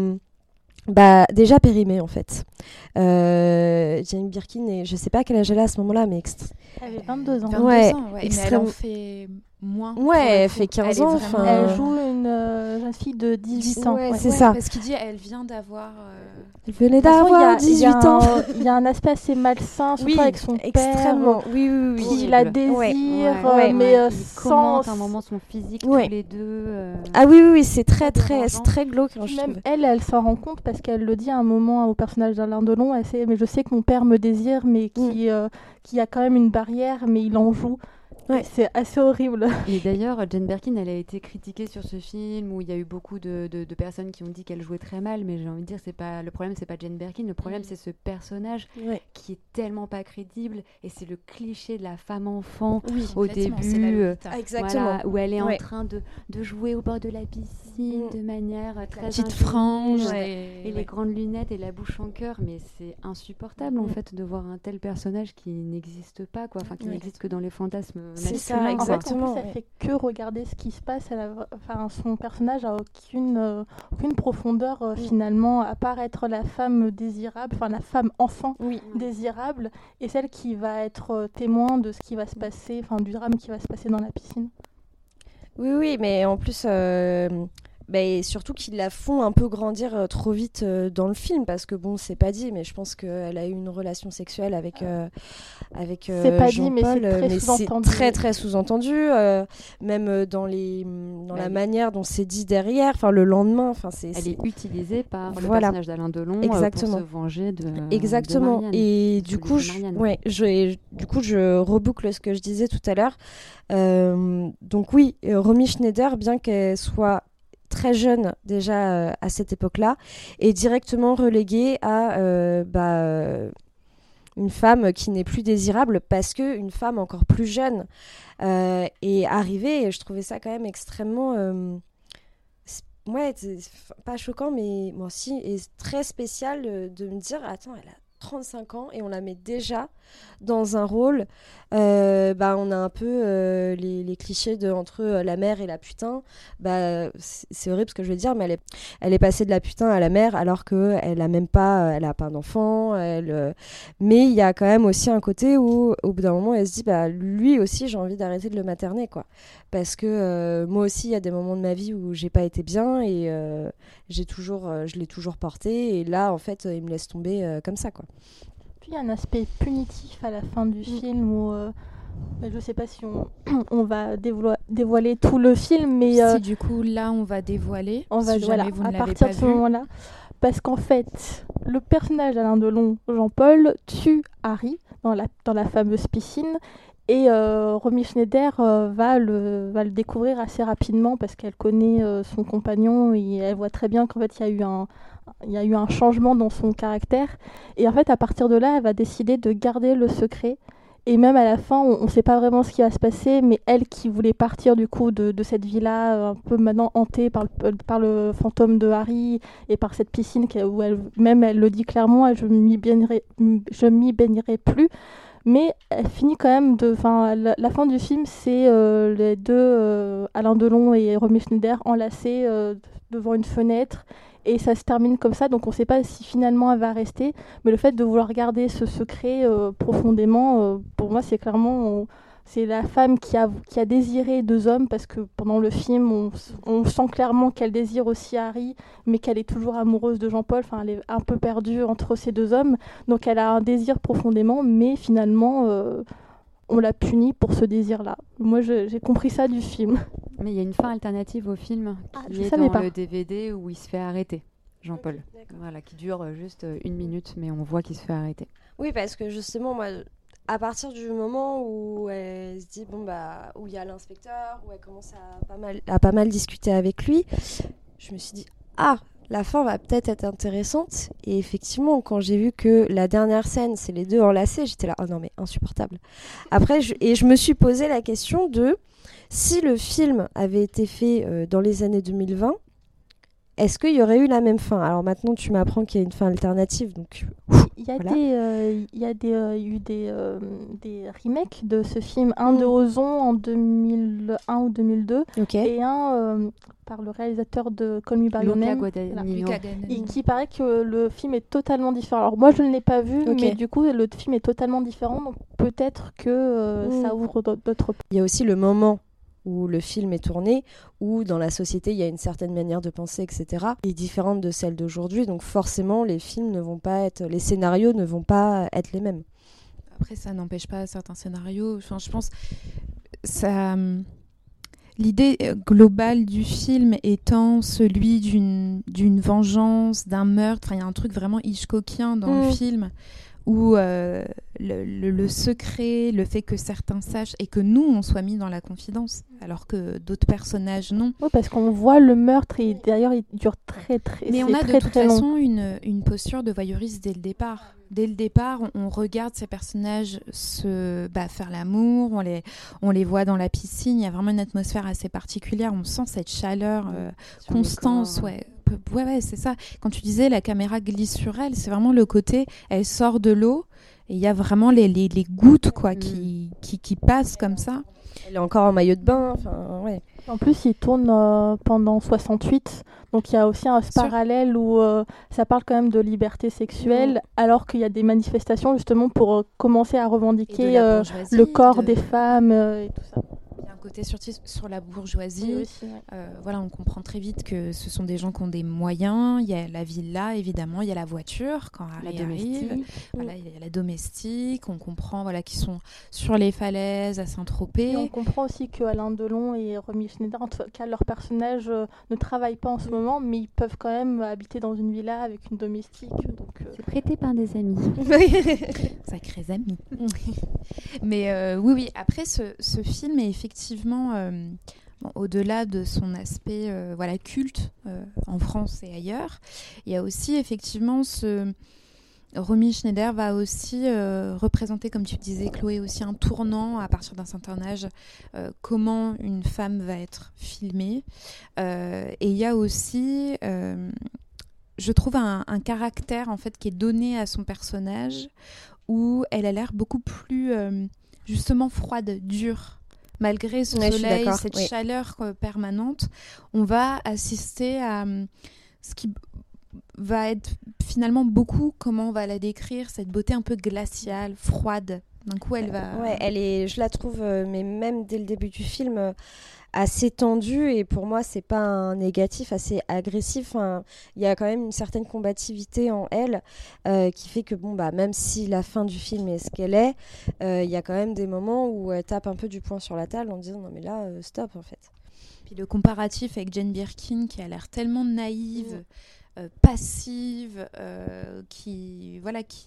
déjà périmée en fait. Jane Birkin, je sais pas quel âge elle a à ce moment-là, mais elle avait 22 ans. 22 ouais, ans, ouais. Mais elle en fait moins. Ouais, elle fait 15 ans. Elle joue une jeune fille de 18 ans. Ouais, c'est ça. Parce qu'il dit elle vient d'avoir... Elle venait d'avoir 18 ans. Il y a un aspect assez malsain, surtout avec son extrêmement. père. Oui. Qui la désire, mais sans... un moment son physique tous les deux. Ah oui, c'est très glauque. Même elle s'en rend compte parce qu'elle le dit à un moment au personnage d'Alain Delon. Mais je sais que mon père me désire, mais qui a quand même une barrière, mais il en joue. Ouais. C'est assez horrible. Et d'ailleurs, Jane Birkin, elle a été critiquée sur ce film où il y a eu beaucoup de personnes qui ont dit qu'elle jouait très mal, mais j'ai envie de dire, le problème, c'est pas Jane Birkin, le problème, c'est ce personnage qui est tellement pas crédible, et c'est le cliché de la femme-enfant au début, exactement. où elle est en train de jouer au bord de la piscine de manière très petite frange et les grandes lunettes et la bouche en cœur, mais c'est insupportable en fait de voir un tel personnage qui n'existe pas, quoi, qui n'existe que dans les fantasmes. C'est ça, exactement. En fait, elle fait que regarder ce qui se passe. Son personnage a aucune profondeur finalement, à part être la femme désirable, la femme enfant désirable, et celle qui va être témoin de ce qui va se passer, du drame qui va se passer dans la piscine. Oui, mais en plus, et surtout qu'ils la font un peu grandir trop vite dans le film, parce que bon, c'est pas dit, mais je pense qu'elle a eu une relation sexuelle avec c'est pas Jean-Paul, dit, mais c'est sous-entendu. très très sous-entendu, même dans la manière dont c'est dit derrière, le lendemain, elle est utilisée par le personnage d'Alain Delon pour se venger de Marianne. Et du coup, je reboucle ce que je disais tout à l'heure. Donc oui, Romy Schneider, bien qu'elle soit très jeune déjà à cette époque-là, est directement reléguée à une femme qui n'est plus désirable, parce qu'une femme encore plus jeune est arrivée, et je trouvais ça quand même extrêmement pas choquant, mais moi aussi, et très spécial de me dire, attends, elle a 35 ans et on la met déjà dans un rôle, on a un peu les clichés entre la mère et la putain, c'est horrible ce que je veux dire, mais elle est passée de la putain à la mère alors qu'elle a même pas, elle a pas d'enfant, mais il y a quand même aussi un côté où au bout d'un moment elle se dit lui aussi j'ai envie d'arrêter de le materner, quoi, parce que moi aussi il y a des moments de ma vie où j'ai pas été bien, et je l'ai toujours porté, et là en fait il me laisse tomber comme ça, quoi. Puis il y a un aspect punitif à la fin du film où je sais pas si on va dévoiler tout le film, mais si du coup là on va dévoiler, vous ne l'avez pas partir de ce moment-là, parce qu'en fait le personnage d'Alain Delon, Jean-Paul, tue Harry dans la fameuse piscine. Et Romy Schneider va le découvrir assez rapidement, parce qu'elle connaît son compagnon, et elle voit très bien qu'en fait il y a eu un changement dans son caractère. Et en fait, à partir de là, elle va décider de garder le secret. Et même à la fin, on ne sait pas vraiment ce qui va se passer, mais elle qui voulait partir du coup de cette villa un peu maintenant hantée par le fantôme de Harry, et par cette piscine où elle le dit clairement, je m'y baignerai plus. Mais elle finit quand même la fin du film, c'est les deux, Alain Delon et Romy Schneider, enlacés devant une fenêtre, et ça se termine comme ça. Donc on ne sait pas si finalement elle va rester, mais le fait de vouloir garder ce secret profondément, pour moi c'est clairement c'est la femme qui a désiré deux hommes, parce que pendant le film on sent clairement qu'elle désire aussi Harry, mais qu'elle est toujours amoureuse de Jean-Paul, elle est un peu perdue entre ces deux hommes, donc elle a un désir profondément, mais finalement on la punit pour ce désir-là. Moi j'ai compris ça du film. Mais il y a une fin alternative au film qui est dans le DVD où il se fait arrêter, Jean-Paul. Voilà, qui dure juste 1 minute, mais on voit qu'il se fait arrêter. Oui, parce que justement, moi, à partir du moment où elle se dit, où il y a l'inspecteur, où elle commence à pas mal discuter avec lui, je me suis dit, la fin va peut-être être intéressante. Et effectivement, quand j'ai vu que la dernière scène, c'est les deux enlacés, j'étais là, oh non mais insupportable. Après, je me suis posé la question de si le film avait été fait dans les années 2020, est-ce qu'il y aurait eu la même fin ? Alors maintenant, tu m'apprends qu'il y a une fin alternative, donc il y a eu des remakes de ce film, un de Ozon en 2001 ou 2002, et un par le réalisateur de Call Me By Your Name, et qui paraît que le film est totalement différent. Alors moi je ne l'ai pas vu, mais du coup le film est totalement différent, donc peut-être que ça ouvre d'autres. Il y a aussi le moment où le film est tourné, où dans la société il y a une certaine manière de penser, etc., est différente de celle d'aujourd'hui, donc forcément les scénarios ne vont pas être les mêmes. Après ça n'empêche pas certains scénarios, je pense ça... L'idée globale du film étant celui d'une vengeance, d'un meurtre, il y a un truc vraiment Hitchcockien dans le film, où le secret, le fait que certains sachent et que nous, on soit mis dans la confidence, alors que d'autres personnages, non. Oui, parce qu'on voit le meurtre et d'ailleurs, il dure très, très Mais on a très, de toute très long. façon une posture de voyeuriste dès le départ. Dès le départ, on regarde ces personnages faire l'amour, on les voit dans la piscine, il y a vraiment une atmosphère assez particulière, on sent cette chaleur constante, ouais, c'est ça. Quand tu disais la caméra glisse sur elle, c'est vraiment le côté, elle sort de l'eau et il y a vraiment les gouttes qui passent comme ça. Elle est encore en maillot de bain, enfin ouais. En plus, il tourne pendant 68, donc il y a aussi un parallèle où ça parle quand même de liberté sexuelle, alors qu'il y a des manifestations justement pour commencer à revendiquer le corps des femmes et tout ça. Il y a un côté sur la bourgeoisie. Oui, aussi, ouais. Voilà, on comprend très vite que ce sont des gens qui ont des moyens. Il y a la villa, évidemment, il y a la voiture quand Harry arrive. Voilà, il y a la domestique. On comprend qu'ils sont sur les falaises à Saint-Tropez. Et on comprend aussi que Alain Delon et Romy Schneider, en tout cas, leurs personnages ne travaillent pas en ce moment, mais ils peuvent quand même habiter dans une villa avec une domestique. Donc, c'est prêté par des amis. Sacrés amis. Mais oui. Après, ce film est effectivement, au-delà de son aspect culte en France et ailleurs, il y a aussi effectivement Romy Schneider va aussi représenter, comme tu disais Chloé, aussi un tournant à partir d'un certain âge, comment une femme va être filmée. Et il y a aussi, je trouve, un caractère en fait qui est donné à son personnage où elle a l'air beaucoup plus justement froide, dure. Malgré ce soleil, cette chaleur permanente, on va assister à ce qui va être finalement beaucoup, comment on va la décrire, cette beauté un peu glaciale, froide. D'un coup, elle va... Ouais, je la trouve, mais même dès le début du film, assez tendue, et pour moi, c'est pas un négatif, assez agressif. Il y a quand même une certaine combativité en elle qui fait que, même si la fin du film est ce qu'elle est, il y a quand même des moments où elle tape un peu du poing sur la table en disant « Non mais là, stop, en fait ». Puis le comparatif avec Jane Birkin, qui a l'air tellement naïve, passive, qui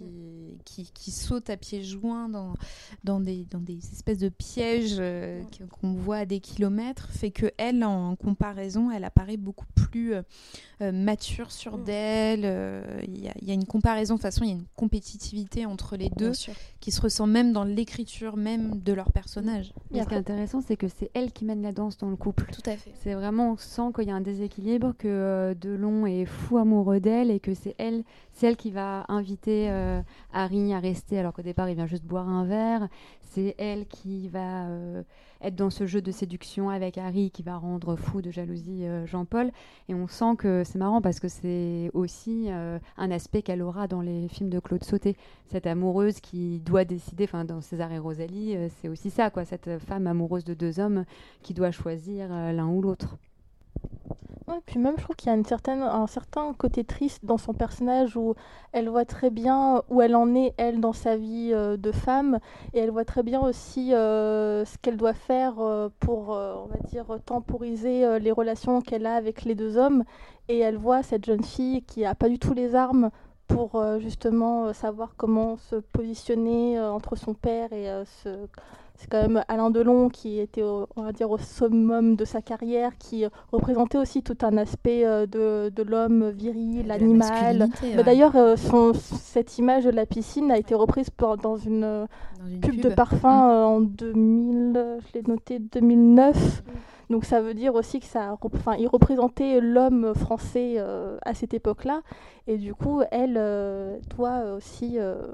saute à pieds joints dans des espèces de pièges qu'on voit à des kilomètres, fait que elle, en comparaison, elle apparaît beaucoup plus mature, sûre d'elle. Il y a une comparaison, de toute façon, il y a une compétitivité entre les deux qui se ressent même dans l'écriture même de leur personnage. Et ce qui est intéressant, c'est que c'est elle qui mène la danse dans le couple. Tout à fait. C'est vraiment, on sent qu'il y a un déséquilibre, que Delon est fou amoureux d'elle et que c'est elle qui va inviter Harry à rester alors qu'au départ il vient juste boire un verre. C'est elle qui va être dans ce jeu de séduction avec Harry qui va rendre fou de jalousie Jean-Paul. Et on sent que c'est marrant parce que c'est aussi un aspect qu'elle aura dans les films de Claude Sautet. Cette amoureuse qui doit décider, dans César et Rosalie, c'est aussi ça, quoi, cette femme amoureuse de deux hommes qui doit choisir l'un ou l'autre. Ouais, puis même je trouve qu'il y a un certain côté triste dans son personnage où elle voit très bien où elle en est, elle, dans sa vie de femme, et elle voit très bien aussi ce qu'elle doit faire pour, on va dire, temporiser les relations qu'elle a avec les deux hommes, et elle voit cette jeune fille qui n'a pas du tout les armes pour justement savoir comment se positionner entre son père et c'est quand même Alain Delon qui était, on va dire, au summum de sa carrière, qui représentait aussi tout un aspect de l'homme viril, l'animal. D'ailleurs, cette image de la piscine a été reprise dans une pub de parfum en 2000, je l'ai noté, 2009. Donc ça veut dire aussi que il représentait l'homme français à cette époque-là. Et du coup, elle doit aussi...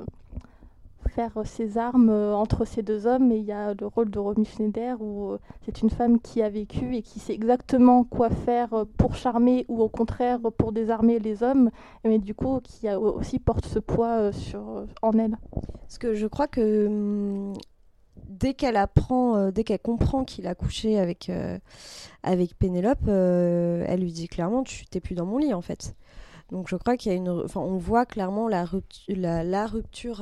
faire ses armes entre ces deux hommes, et il y a le rôle de Romy Schneider où c'est une femme qui a vécu et qui sait exactement quoi faire pour charmer ou au contraire pour désarmer les hommes, mais du coup qui aussi porte ce poids en elle. Parce que je crois que dès qu'elle comprend qu'il a couché avec Pénélope, elle lui dit clairement tu t'es plus dans mon lit en fait. Donc je crois qu'il y a on voit clairement la rupture,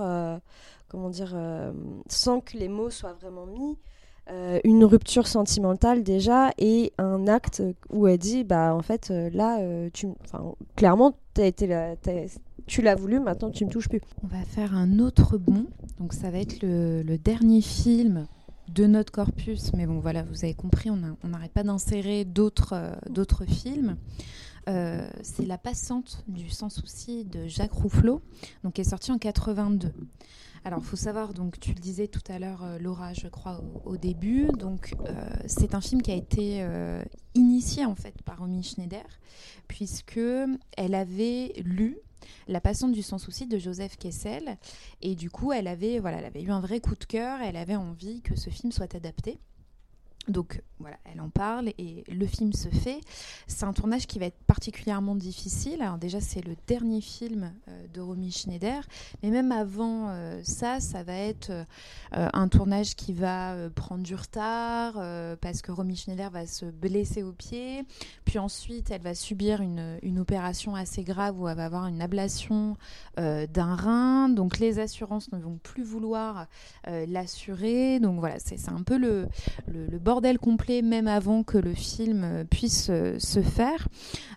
sans que les mots soient vraiment mis, une rupture sentimentale déjà, et un acte où elle dit en fait là clairement t'as tu l'as voulu, maintenant tu me touches plus. On va faire un autre bond. Donc ça va être le dernier film de notre corpus. Mais bon, voilà, vous avez compris, on n'arrête pas d'insérer d'autres films. C'est La Passante du Sans Souci de Jacques Roufflot, donc qui est sorti en 82. Alors, il faut savoir, donc tu le disais tout à l'heure, Laura, je crois, au début. Donc, c'est un film qui a été initié en fait par Romy Schneider, puisque elle avait lu La Passante du Sans Souci de Joseph Kessel, et du coup, elle avait eu un vrai coup de cœur. Elle avait envie que ce film soit adapté. Donc voilà, elle en parle et le film se fait. C'est un tournage qui va être particulièrement difficile. Alors déjà, c'est le dernier film de Romy Schneider, mais même avant ça va être un tournage qui va prendre du retard parce que Romy Schneider va se blesser au pied. Puis ensuite, elle va subir une opération assez grave où elle va avoir une ablation d'un rein. Donc les assurances ne vont plus vouloir l'assurer. Donc voilà, c'est un peu le bordel complet même avant que le film puisse se faire.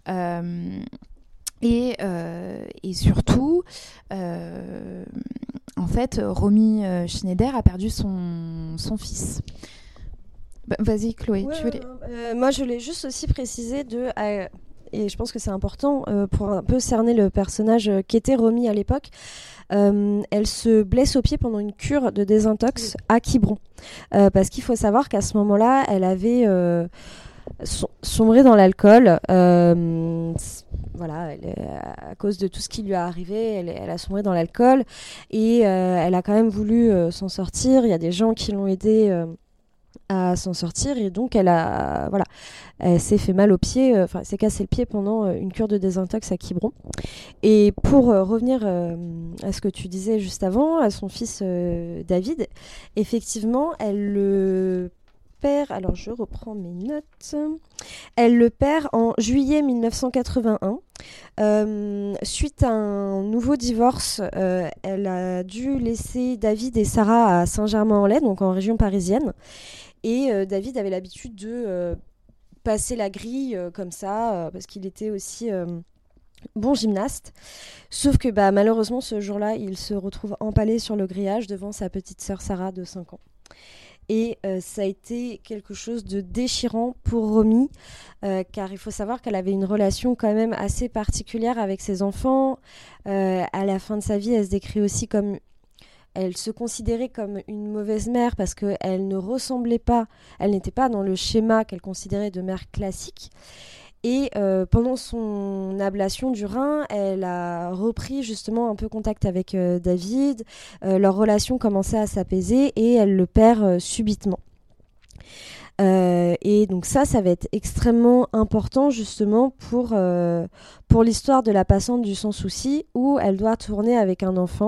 Et surtout, en fait, Romy Schneider a perdu son fils. Vas-y, Chloé, tu voulais... Moi, je voulais juste aussi préciser et je pense que c'est important pour un peu cerner le personnage qu'était Romy à l'époque. Elle se blesse au pied pendant une cure de désintox à Quiberon. Parce qu'il faut savoir qu'à ce moment-là, elle avait sombré dans l'alcool. Voilà, à cause de tout ce qui lui est arrivé, elle a sombré dans l'alcool. Et elle a quand même voulu s'en sortir. Il y a des gens qui l'ont aidée à s'en sortir, et donc elle s'est fait mal au pied, elle s'est cassé le pied pendant une cure de désintox à Quiberon. Et pour revenir à ce que tu disais juste avant, à son fils David, effectivement, elle le perd, alors je reprends mes notes, elle le perd en juillet 1981. Suite à un nouveau divorce, elle a dû laisser David et Sarah à Saint-Germain-en-Laye, donc en région parisienne. Et David avait l'habitude de passer la grille comme ça, parce qu'il était aussi bon gymnaste. Sauf que malheureusement, ce jour-là, il se retrouve empalé sur le grillage devant sa petite sœur Sarah de 5 ans. Et ça a été quelque chose de déchirant pour Romy, car il faut savoir qu'elle avait une relation quand même assez particulière avec ses enfants. À la fin de sa vie, elle se décrit aussi comme... Elle se considérait comme une mauvaise mère parce qu'elle ne ressemblait pas, elle n'était pas dans le schéma qu'elle considérait de mère classique. Et pendant son ablation du rein, elle a repris justement un peu contact avec David. Leur relation commençait à s'apaiser et elle le perd subitement. Et donc ça va être extrêmement important justement pour l'histoire de La Passante du Sans Souci, où elle doit tourner avec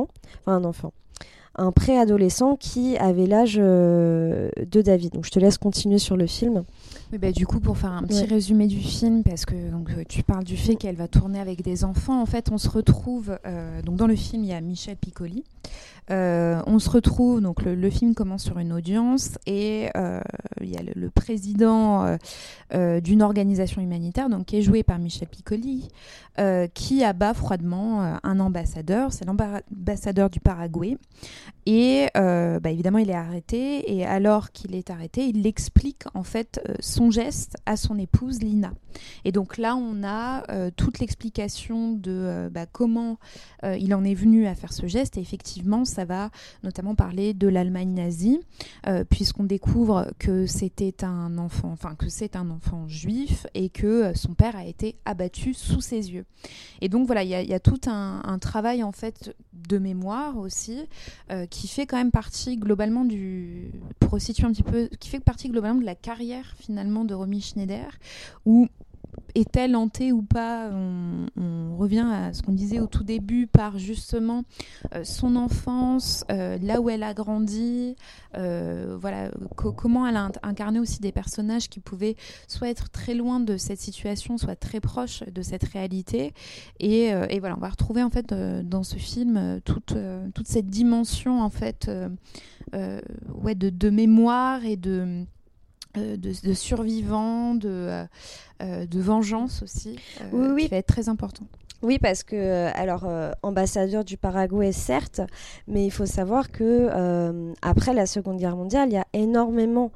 un préadolescent qui avait l'âge de David. Donc je te laisse continuer sur le film. Oui, du coup, pour faire un petit résumé du film, parce que tu parles du fait qu'elle va tourner avec des enfants, en fait, on se retrouve... donc dans le film, il y a Michel Piccoli. On se retrouve, donc le film commence sur une audience et il y a le président d'une organisation humanitaire, donc qui est joué par Michel Piccoli, qui abat froidement un ambassadeur, c'est l'ambassadeur du Paraguay. Et évidemment, il est arrêté, et alors qu'il est arrêté, il explique en fait son geste à son épouse Lina. Et donc là, on a toute l'explication de comment il en est venu à faire ce geste. Et effectivement, ça va notamment parler de l'Allemagne nazie, puisqu'on découvre que c'est un enfant juif et que son père a été abattu sous ses yeux. Et donc voilà, il y a tout un travail en fait de mémoire aussi, qui fait quand même partie globalement pour resituer un petit peu, qui fait partie globalement de la carrière finalement de Romy Schneider, où est-elle hantée ou pas, on revient à ce qu'on disait au tout début par justement son enfance, là où elle a grandi, comment elle a incarné aussi des personnages qui pouvaient soit être très loin de cette situation, soit très proches de cette réalité. Et voilà, on va retrouver en fait dans ce film toute cette dimension en fait de mémoire et de survivants, de vengeance aussi, qui va être très important. Oui, parce que, ambassadeur du Paraguay, certes, mais il faut savoir que après la Seconde Guerre mondiale, il y a énormément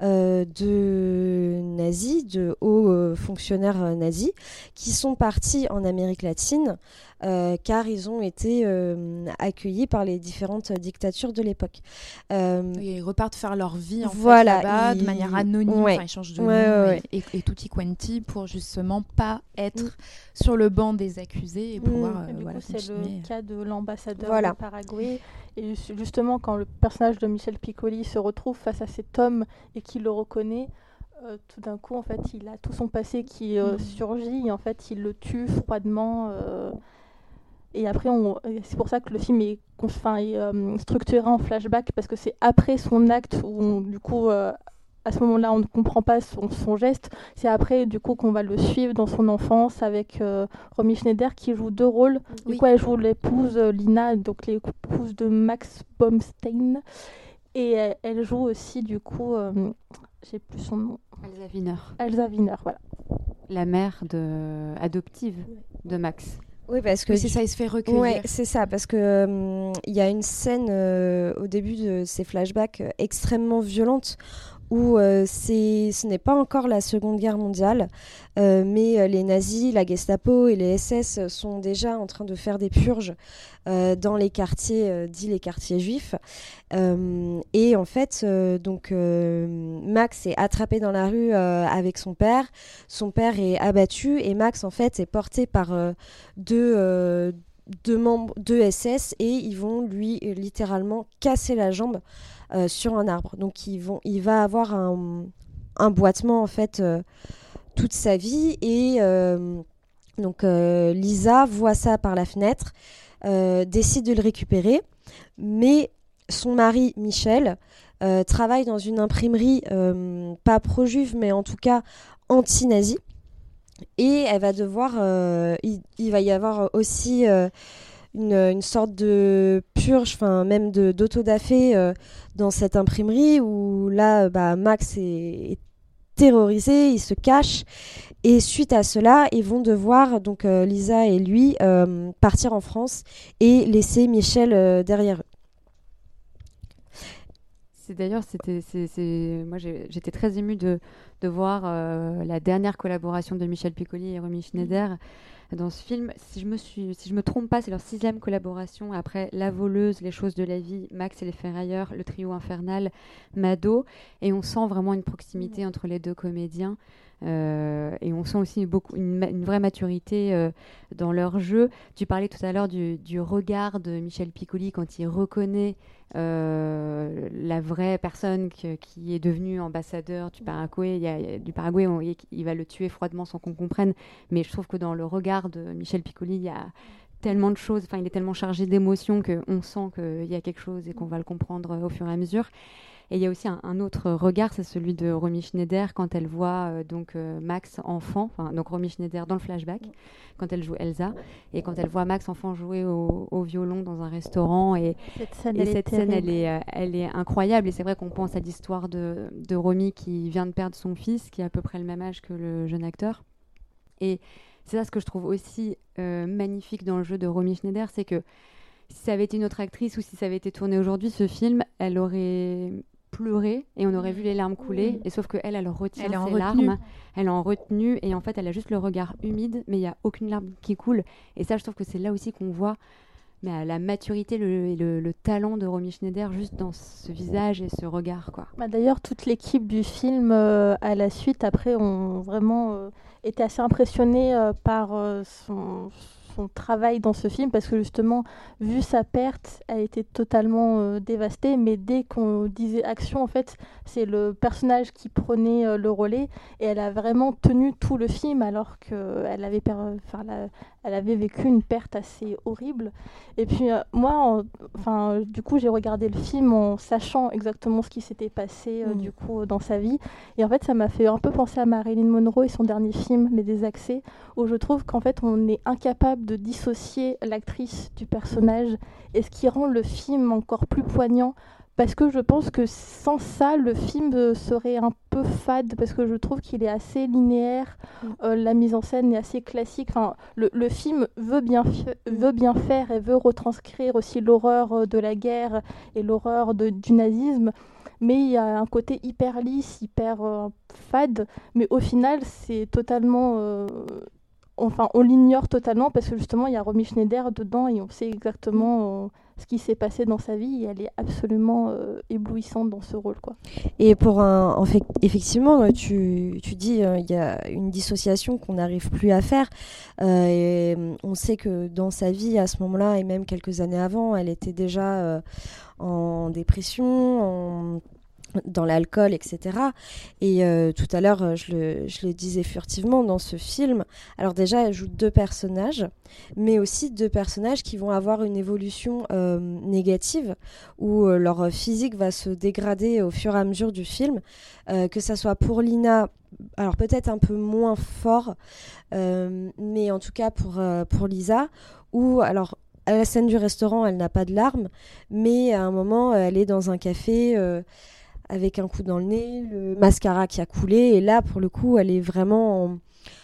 de nazis, de hauts fonctionnaires nazis, qui sont partis en Amérique latine, car ils ont été accueillis par les différentes dictatures de l'époque. Ils repartent faire leur vie voilà, là-bas, de manière anonyme, ouais. Ils changent de nom et tutti quanti pour justement pas être sur le banc des accusés et pouvoir Du coup, c'est continuer. le cas de l'ambassadeur Voilà. du Paraguay. Et justement, quand le personnage de Michel Piccoli se retrouve face à cet homme et qu'il le reconnaît, tout d'un coup, en fait, il a tout son passé qui surgit et en fait, il le tue froidement. Et après, c'est pour ça que le film est structuré en flashback, parce que c'est après son acte où, du coup, à ce moment-là, on ne comprend pas son geste. C'est après, du coup, qu'on va le suivre dans son enfance avec Romy Schneider, qui joue 2 rôles. Du coup, elle joue l'épouse Lina, donc l'épouse de Max Bomstein. Et elle joue aussi, du coup, j'ai plus son nom. Elsa Wiener, voilà. La mère adoptive de Max. Oui, parce que c'est ça, il se fait recueillir. Ouais, c'est ça, parce que il y a une scène au début de ces flashbacks extrêmement violente où ce n'est pas encore la Seconde Guerre mondiale, mais les nazis, la Gestapo et les SS sont déjà en train de faire des purges dans les quartiers, dits les quartiers juifs. Et en fait, Max est attrapé dans la rue avec son père. Son père est abattu et Max, en fait, est porté par deux SS et ils vont lui littéralement casser la jambe sur un arbre. Donc il va avoir un boitement en fait toute sa vie et Lisa voit ça par la fenêtre, décide de le récupérer, mais son mari Michel travaille dans une imprimerie pas pro-juive mais en tout cas anti-nazi. Et elle va devoir, il va y avoir aussi une sorte de purge, enfin même d'autodafé dans cette imprimerie où là, Max est terrorisé, il se cache. Et suite à cela, ils vont devoir, donc Lisa et lui, partir en France et laisser Michel derrière eux. D'ailleurs, moi j'étais très émue de voir la dernière collaboration de Michel Piccoli et Romy Schneider dans ce film. Si je me trompe pas, c'est leur 6e collaboration après La Voleuse, Les Choses de la Vie, Max et les Ferrailleurs, Le Trio Infernal, Mado, et on sent vraiment une proximité entre les 2 comédiens. Et on sent aussi une vraie maturité dans leur jeu. Tu parlais tout à l'heure du regard de Michel Piccoli quand il reconnaît la vraie personne qui est devenue ambassadeur du Paraguay. Il va le tuer froidement sans qu'on comprenne. Mais je trouve que dans le regard de Michel Piccoli, il y a tellement de choses. Enfin, il est tellement chargé d'émotions qu'on sent qu'il y a quelque chose et qu'on va le comprendre au fur et à mesure. Et il y a aussi un autre regard, c'est celui de Romy Schneider quand elle voit Max enfant, donc Romy Schneider dans le flashback, quand elle joue Elsa, et quand elle voit Max enfant jouer au violon dans un restaurant. Et cette scène, elle est incroyable. Et c'est vrai qu'on pense à l'histoire de Romy qui vient de perdre son fils, qui a à peu près le même âge que le jeune acteur. Et c'est ça ce que je trouve aussi magnifique dans le jeu de Romy Schneider, c'est que si ça avait été une autre actrice ou si ça avait été tourné aujourd'hui, ce film, elle aurait pleuré et on aurait vu les larmes couler, et sauf qu'elle retient ses larmes, elle est en retenue, et en fait elle a juste le regard humide mais il n'y a aucune larme qui coule. Et ça, je trouve que c'est là aussi qu'on voit la maturité et le talent de Romy Schneider juste dans ce visage et ce regard, quoi. D'ailleurs, toute l'équipe du film à la suite après ont vraiment été assez impressionnée par son travail dans ce film, parce que justement, vu sa perte, elle était totalement dévastée, mais dès qu'on disait action, en fait, c'est le personnage qui prenait le relais, et elle a vraiment tenu tout le film alors qu'elle avait, elle avait vécu une perte assez horrible. Et puis moi, du coup, j'ai regardé le film en sachant exactement ce qui s'était passé du coup dans sa vie, et en fait, ça m'a fait un peu penser à Marilyn Monroe et son dernier film, Les Désaxés, où je trouve qu'en fait, on est incapable de dissocier l'actrice du personnage, et ce qui rend le film encore plus poignant, Parce que je pense que sans ça, le film serait un peu fade, parce que je trouve qu'il est assez linéaire, la mise en scène est assez classique. Enfin, le film veut bien faire et veut retranscrire aussi l'horreur de la guerre et l'horreur du nazisme, mais il y a un côté hyper lisse, hyper fade, mais au final, c'est totalement... Enfin, on l'ignore totalement parce que justement, il y a Romy Schneider dedans et on sait exactement ce qui s'est passé dans sa vie et elle est absolument éblouissante dans ce rôle, quoi. Et effectivement, tu dis il y a une dissociation qu'on n'arrive plus à faire. Et on sait que dans sa vie, à ce moment-là, et même quelques années avant, elle était déjà en dépression, dans l'alcool, etc. Et tout à l'heure, je le disais furtivement dans ce film. Alors déjà, elle joue 2 personnages, mais aussi 2 personnages qui vont avoir une évolution négative, où leur physique va se dégrader au fur et à mesure du film, que ça soit pour Lina, alors peut-être un peu moins fort, mais en tout cas pour Lisa, où alors à la scène du restaurant, elle n'a pas de larmes, mais à un moment, elle est dans un café avec un coup dans le nez, le mascara qui a coulé, et là, pour le coup, elle est vraiment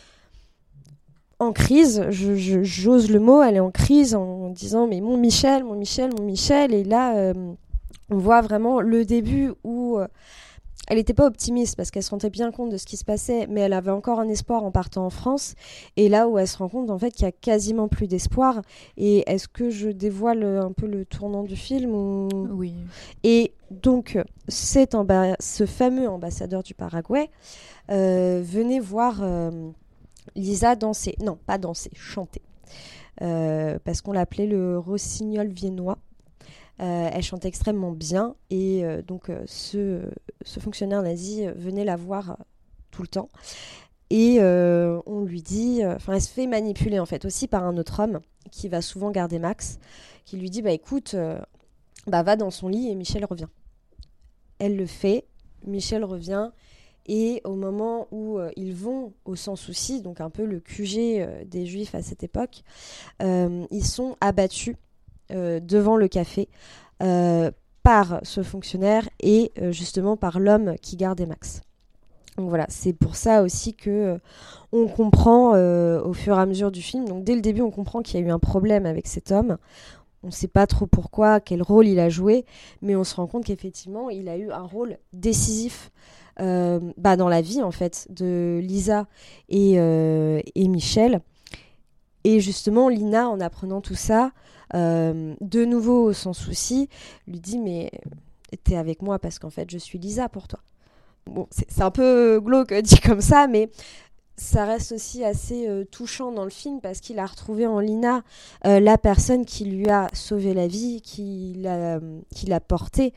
en crise, j'ose le mot, elle est en crise en disant « mais mon Michel », et là, on voit vraiment le début où elle n'était pas optimiste, parce qu'elle se rendait bien compte de ce qui se passait, mais elle avait encore un espoir en partant en France, et là où elle se rend compte, en fait, qu'il n'y a quasiment plus d'espoir. Et est-ce que je dévoile un peu le tournant du film ou... Oui. Et donc, ce fameux ambassadeur du Paraguay venait voir Lisa danser. Non, pas danser, chanter. Parce qu'on l'appelait le rossignol viennois. Elle chantait extrêmement bien et donc ce fonctionnaire nazi venait la voir tout le temps. Et on lui dit... elle se fait manipuler en fait aussi par un autre homme qui va souvent garder Max, qui lui dit « bah écoute... va dans son lit et Michel revient. » Elle le fait, Michel revient, et au moment où ils vont au Sans Souci, donc un peu le QG des Juifs à cette époque, ils sont abattus devant le café par ce fonctionnaire et justement par l'homme qui gardait Max. Donc voilà, c'est pour ça aussi que on comprend au fur et à mesure du film, donc dès le début on comprend qu'il y a eu un problème avec cet homme. On ne sait pas trop pourquoi, quel rôle il a joué, mais on se rend compte qu'effectivement, il a eu un rôle décisif dans la vie en fait de Lisa et Michel. Et justement, Lina, en apprenant tout ça, de nouveau Sans Souci, lui dit « mais t'es avec moi parce qu'en fait, je suis Lisa pour toi ». Bon, c'est un peu glauque dit comme ça, mais... ça reste aussi assez touchant dans le film parce qu'il a retrouvé en Lina la personne qui lui a sauvé la vie, qui l'a portée.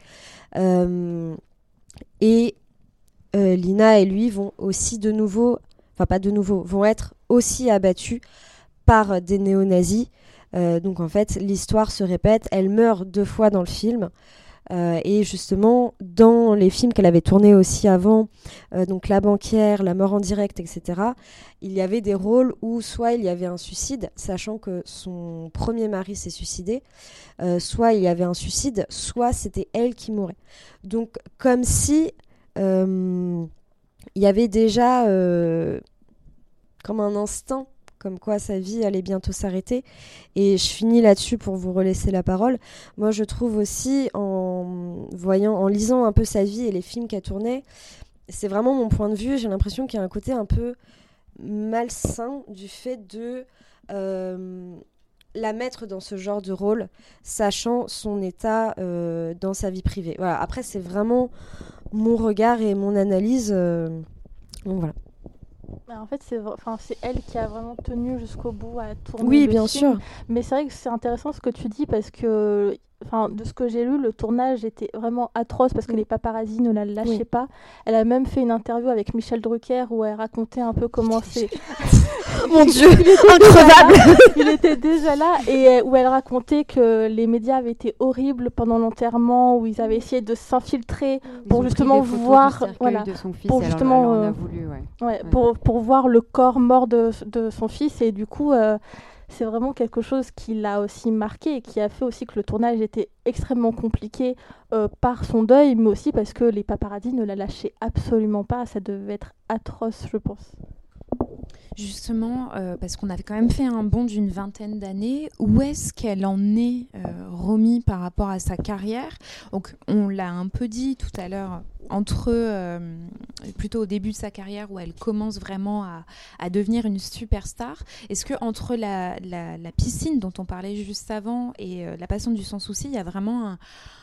Et Lina et lui vont aussi vont être aussi abattus par des néo-nazis. Donc en fait, l'histoire se répète. Elle meurt 2 fois dans le film. Et justement, dans les films qu'elle avait tournés aussi avant, donc La banquière, La mort en direct, etc., il y avait des rôles où soit il y avait un suicide, sachant que son premier mari s'est suicidé, soit il y avait un suicide, soit c'était elle qui mourait. Donc comme si il y avait déjà comme un instinct, comme quoi sa vie allait bientôt s'arrêter. Et je finis là-dessus pour vous relaisser la parole. Moi, je trouve aussi, en lisant un peu sa vie et les films qu'elle tournait, c'est vraiment mon point de vue, j'ai l'impression qu'il y a un côté un peu malsain du fait de la mettre dans ce genre de rôle, sachant son état dans sa vie privée. Voilà. Après, c'est vraiment mon regard et mon analyse. Donc voilà. En fait, c'est elle qui a vraiment tenu jusqu'au bout à tourner oui, le bien film. sûr. Mais c'est vrai que c'est intéressant ce que tu dis parce que, de ce que j'ai lu, le tournage était vraiment atroce parce que les paparazzis ne la lâchaient pas. Elle a même fait une interview avec Michel Drucker où elle racontait un peu comment c'est... Mon Dieu, incroyable. Il était déjà là et où elle racontait que les médias avaient été horribles pendant l'enterrement, où ils avaient essayé de s'infiltrer pour justement voir... Voilà, de son fils, pour justement... elle en a voulu, pour voir le corps mort de son fils et du coup c'est vraiment quelque chose qui l'a aussi marqué et qui a fait aussi que le tournage était extrêmement compliqué par son deuil, mais aussi parce que les paparazzis ne la lâchaient absolument pas. Ça devait être atroce, je pense. Justement, parce qu'on avait quand même fait un bond d'une vingtaine d'années, où est-ce qu'elle en est, Romy, par rapport à sa carrière ? Donc, on l'a un peu dit tout à l'heure, plutôt au début de sa carrière, où elle commence vraiment à devenir une superstar. Est-ce qu'entre la piscine dont on parlait juste avant et La Patiente du Sans-Souci, il y a vraiment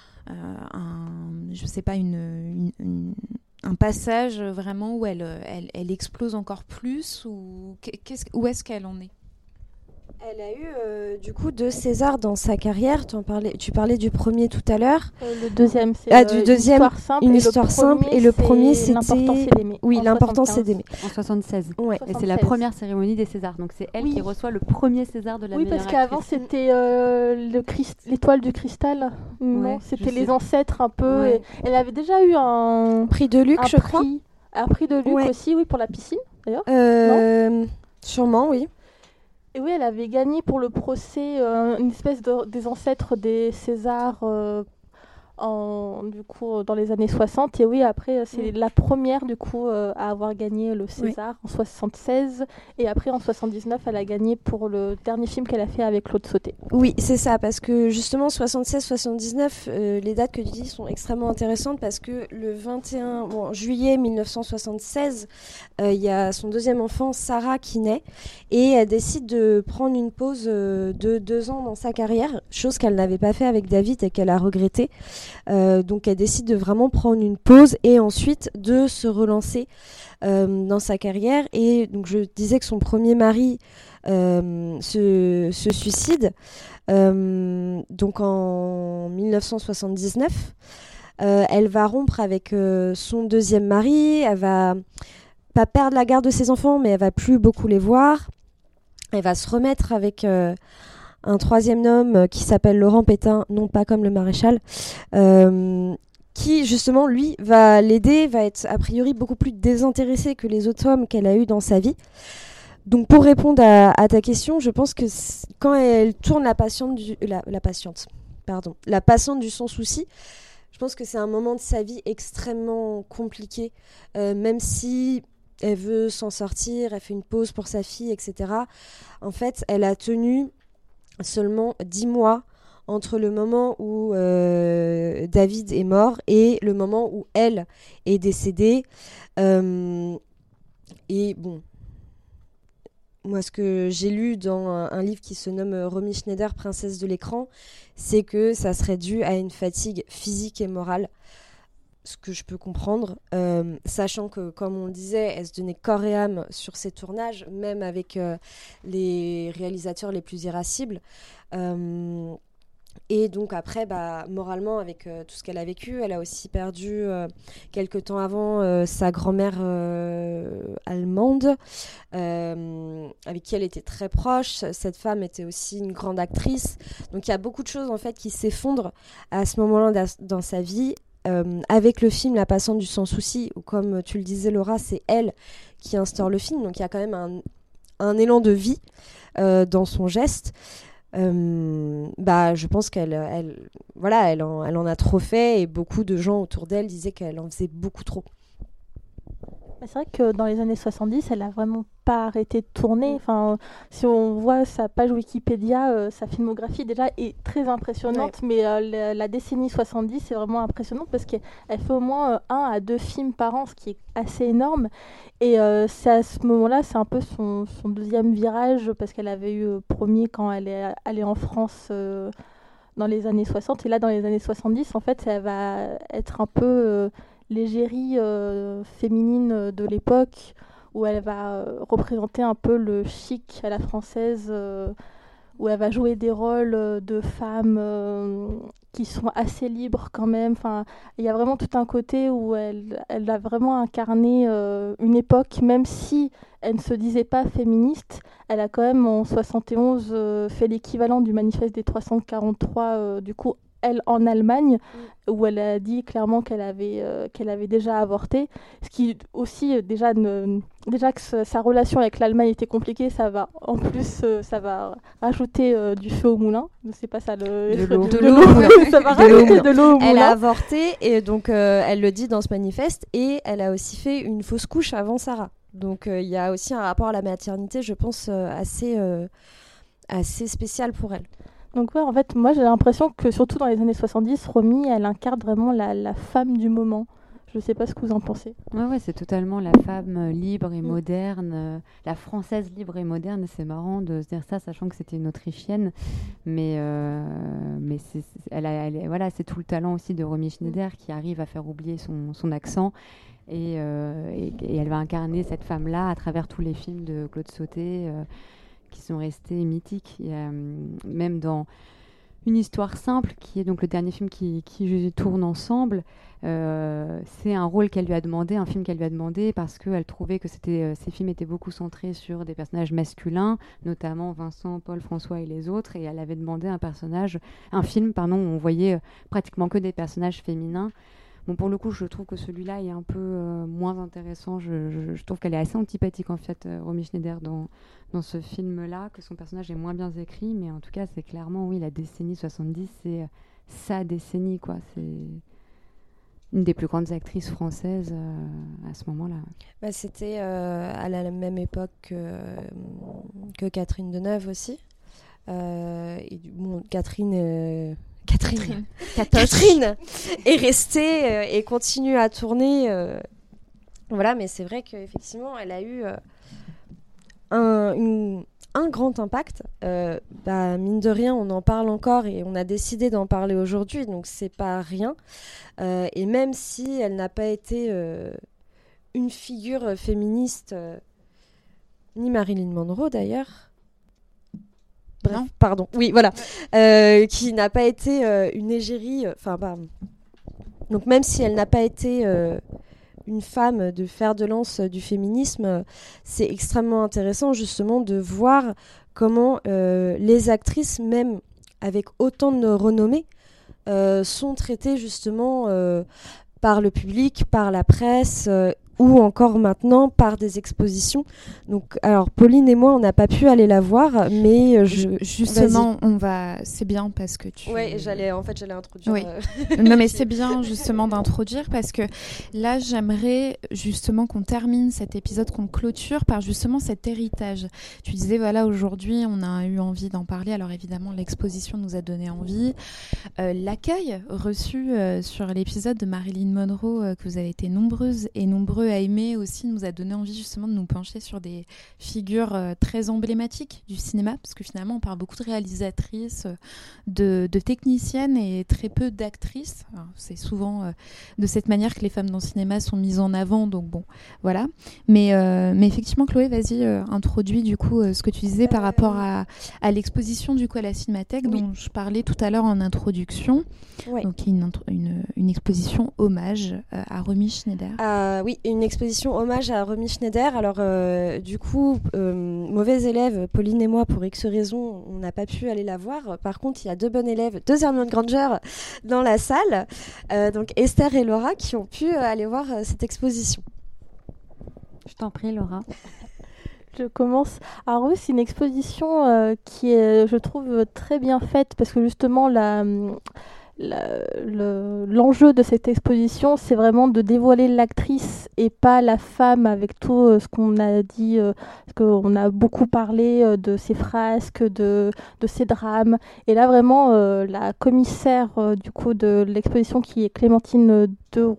je sais pas, un passage vraiment où elle explose encore plus, ou où est-ce qu'elle en est ? Elle a eu du coup 2 Césars dans sa carrière. Tu parlais du premier tout à l'heure. Le deuxième, c'est du deuxième, une histoire simple. Et le premier, c'était L'important, c'est d'aimer. Oui, l'important, c'est d'aimer. En 76. Ouais. Et c'est la première cérémonie des Césars. Donc c'est elle qui reçoit le premier César de la meilleure actrice. Oui, parce qu'avant, c'était l'étoile du cristal. Non, c'était les ancêtres un peu. Ouais. Et elle avait déjà eu un prix de Luc, je crois. Un prix de Luc aussi, oui, pour la piscine, d'ailleurs. Non sûrement, oui. Et oui, elle avait gagné pour le procès une espèce des ancêtres des Césars du coup, dans les années 60. Et oui, après, c'est la première du coup, à avoir gagné le César en 76. Et après, en 79, elle a gagné pour le dernier film qu'elle a fait avec Claude Sauté. Oui, c'est ça, parce que justement, 76-79, les dates que tu dis sont extrêmement intéressantes parce que le 21 juillet 1976, il y a son deuxième enfant, Sarah, qui naît. Et elle décide de prendre une pause de 2 ans dans sa carrière, chose qu'elle n'avait pas fait avec David et qu'elle a regretté. Donc elle décide de vraiment prendre une pause et ensuite de se relancer dans sa carrière. Et donc je disais que son premier mari se suicide donc en 1979. Elle va rompre avec son deuxième mari. Elle va pas perdre la garde de ses enfants, mais elle va plus beaucoup les voir. Elle va se remettre avec un troisième homme qui s'appelle Laurent Pétain, non pas comme le maréchal, qui justement lui va l'aider, va être a priori beaucoup plus désintéressé que les autres hommes qu'elle a eu dans sa vie. Donc pour répondre à ta question, je pense que quand elle tourne la patiente du sans-souci, je pense que c'est un moment de sa vie extrêmement compliqué, même si elle veut s'en sortir, elle fait une pause pour sa fille, etc. En fait, elle a tenu seulement 10 mois entre le moment où David est mort et le moment où elle est décédée. Et bon, moi, ce que j'ai lu dans un livre qui se nomme Romy Schneider, Princesse de l'écran, c'est que ça serait dû à une fatigue physique et morale. Ce que je peux comprendre, sachant que, comme on le disait, elle se donnait corps et âme sur ses tournages, même avec les réalisateurs les plus irascibles. Et donc après, moralement, avec tout ce qu'elle a vécu, elle a aussi perdu, quelque temps avant, sa grand-mère allemande, avec qui elle était très proche. Cette femme était aussi une grande actrice. Donc il y a beaucoup de choses en fait, qui s'effondrent à ce moment-là dans sa vie. Avec le film La Patiente du Sans-Souci, où comme tu le disais Laura, c'est elle qui instaure le film, donc il y a quand même un élan de vie dans son geste. Je pense qu'elle en a trop fait, et beaucoup de gens autour d'elle disaient qu'elle en faisait beaucoup trop. C'est vrai que dans les années 70, elle n'a vraiment pas arrêté de tourner. Enfin, si on voit sa page Wikipédia, sa filmographie déjà est très impressionnante, mais la décennie 70 c'est vraiment impressionnant parce qu'elle fait au moins 1 à 2 films par an, ce qui est assez énorme. Et c'est à ce moment-là, c'est un peu son deuxième virage, parce qu'elle avait eu premier quand elle est allée en France dans les années 60. Et là, dans les années 70, en fait, elle va être un peu l'égérie féminine de l'époque, où elle va représenter un peu le chic à la française, où elle va jouer des rôles de femmes qui sont assez libres quand même. Enfin, il y a vraiment tout un côté où elle a vraiment incarné une époque, même si elle ne se disait pas féministe. Elle a quand même en 71 fait l'équivalent du manifeste des 343, du coup elle en Allemagne, où elle a dit clairement qu'elle avait déjà avorté, ce qui aussi déjà que sa relation avec l'Allemagne était compliquée, ça va en plus ça va rajouter du feu au moulin. C'est pas ça de l'eau. Ça va rajouter de l'eau au moulin. Elle a avorté et donc elle le dit dans ce manifeste, et elle a aussi fait une fausse couche avant Sarah. Donc il y a aussi un rapport à la maternité, je pense, assez spécial pour elle. Donc ouais, en fait, moi j'ai l'impression que surtout dans les années 70, Romy, elle incarne vraiment la femme du moment. Je sais pas ce que vous en pensez. Ouais, c'est totalement la femme libre et moderne, la française libre et moderne. C'est marrant de se dire ça, sachant que c'était une Autrichienne, mais voilà, c'est tout le talent aussi de Romy Schneider qui arrive à faire oublier son accent. Et elle va incarner cette femme-là à travers tous les films de Claude Sautet qui sont restés mythiques. Même dans Une histoire simple, qui est donc le dernier film qui tourne ensemble, c'est un rôle qu'elle lui a demandé, un film qu'elle lui a demandé parce qu'elle trouvait que ces films étaient beaucoup centrés sur des personnages masculins, notamment Vincent, Paul, François et les autres, et elle avait demandé un film où on voyait pratiquement que des personnages féminins. Bon, pour le coup, je trouve que celui-là est un peu moins intéressant. Je trouve qu'elle est assez antipathique, en fait, Romy Schneider, dans ce film-là, que son personnage est moins bien écrit, mais en tout cas, c'est clairement, oui, la décennie 70, c'est sa décennie, quoi. C'est une des plus grandes actrices françaises à ce moment-là. C'était à la même époque que Catherine Deneuve aussi. Catherine est restée et continue à tourner. Voilà, mais c'est vrai qu'effectivement, elle a eu un grand impact. Mine de rien, on en parle encore et on a décidé d'en parler aujourd'hui, donc c'est pas rien. Et même si elle n'a pas été une figure féministe, ni Marilyn Monroe d'ailleurs. Bref, pardon. Oui, voilà. Qui n'a pas été une égérie. Donc même si elle n'a pas été une femme de fer de lance du féminisme, c'est extrêmement intéressant justement de voir comment les actrices, même avec autant de renommée, sont traitées justement par le public, par la presse, ou encore maintenant par des expositions. Donc, alors Pauline et moi, on n'a pas pu aller la voir, mais justement, c'est bien parce que tu. Ouais, j'allais introduire. Oui. Non, mais c'est bien justement d'introduire parce que là, j'aimerais justement qu'on termine cet épisode, qu'on clôture par justement cet héritage. Tu disais voilà, aujourd'hui, on a eu envie d'en parler. Alors évidemment, l'exposition nous a donné envie. L'accueil reçu sur l'épisode de Marilyn Monroe que vous avez été nombreuses et nombreux à aimer aussi nous a donné envie justement de nous pencher sur des figures très emblématiques du cinéma, parce que finalement on parle beaucoup de réalisatrices, de techniciennes et très peu d'actrices. Alors, c'est souvent de cette manière que les femmes dans le cinéma sont mises en avant, donc bon, voilà. Mais effectivement, Chloé, vas-y, introduis du coup ce que tu disais par rapport à l'exposition du coup à la Cinémathèque dont je parlais tout à l'heure en introduction. Ouais. Donc une exposition hommage à Romy Schneider. Oui, une exposition hommage à Romy Schneider. Alors du coup, mauvais élèves, Pauline et moi, pour X raisons, on n'a pas pu aller la voir. Par contre, il y a deux bonnes élèves, deux Hermione Granger dans la salle, donc Esther et Laura, qui ont pu aller voir cette exposition. Je t'en prie, Laura. Je commence. Alors oui, c'est une exposition qui est, je trouve, très bien faite parce que justement l'enjeu de cette exposition, c'est vraiment de dévoiler l'actrice et pas la femme, avec tout ce qu'on a dit, parce qu'on a beaucoup parlé de ses frasques, de ses drames. Et là, vraiment, la commissaire du coup de l'exposition, qui est Clémentine de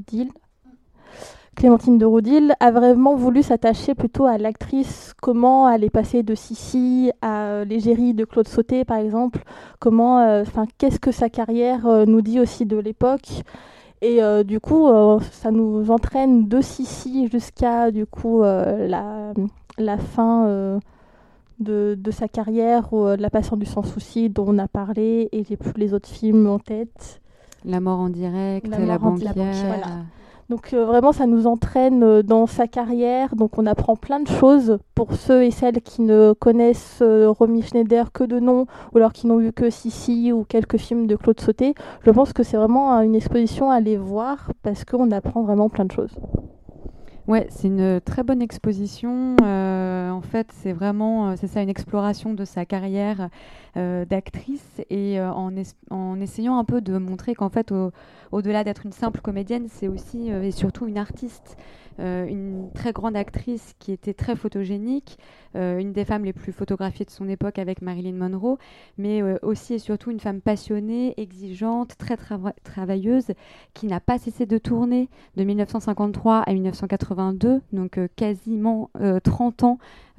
Roudil, a vraiment voulu s'attacher plutôt à l'actrice, comment elle est passée de Sissi à l'égérie de Claude Sautet, par exemple, qu'est-ce que sa carrière nous dit aussi de l'époque. Et du coup, ça nous entraîne de Sissi jusqu'à du coup la fin de sa carrière, La Passion du sans-souci dont on a parlé, et j'ai plus les autres films en tête. La mort en direct, La banquière. Voilà. Donc vraiment, ça nous entraîne dans sa carrière. Donc on apprend plein de choses pour ceux et celles qui ne connaissent Romy Schneider que de nom, ou alors qui n'ont vu que Sissi ou quelques films de Claude Sautet. Je pense que c'est vraiment une exposition à aller voir parce qu'on apprend vraiment plein de choses. Ouais, c'est une très bonne exposition. En fait, c'est vraiment, c'est ça, une exploration de sa carrière d'actrice et en essayant un peu de montrer qu'en fait, au-delà d'être une simple comédienne, c'est aussi et surtout une artiste. Une très grande actrice qui était très photogénique, une des femmes les plus photographiées de son époque avec Marilyn Monroe, mais aussi et surtout une femme passionnée, exigeante, très travailleuse, qui n'a pas cessé de tourner de 1953 à 1982, donc quasiment 30 ans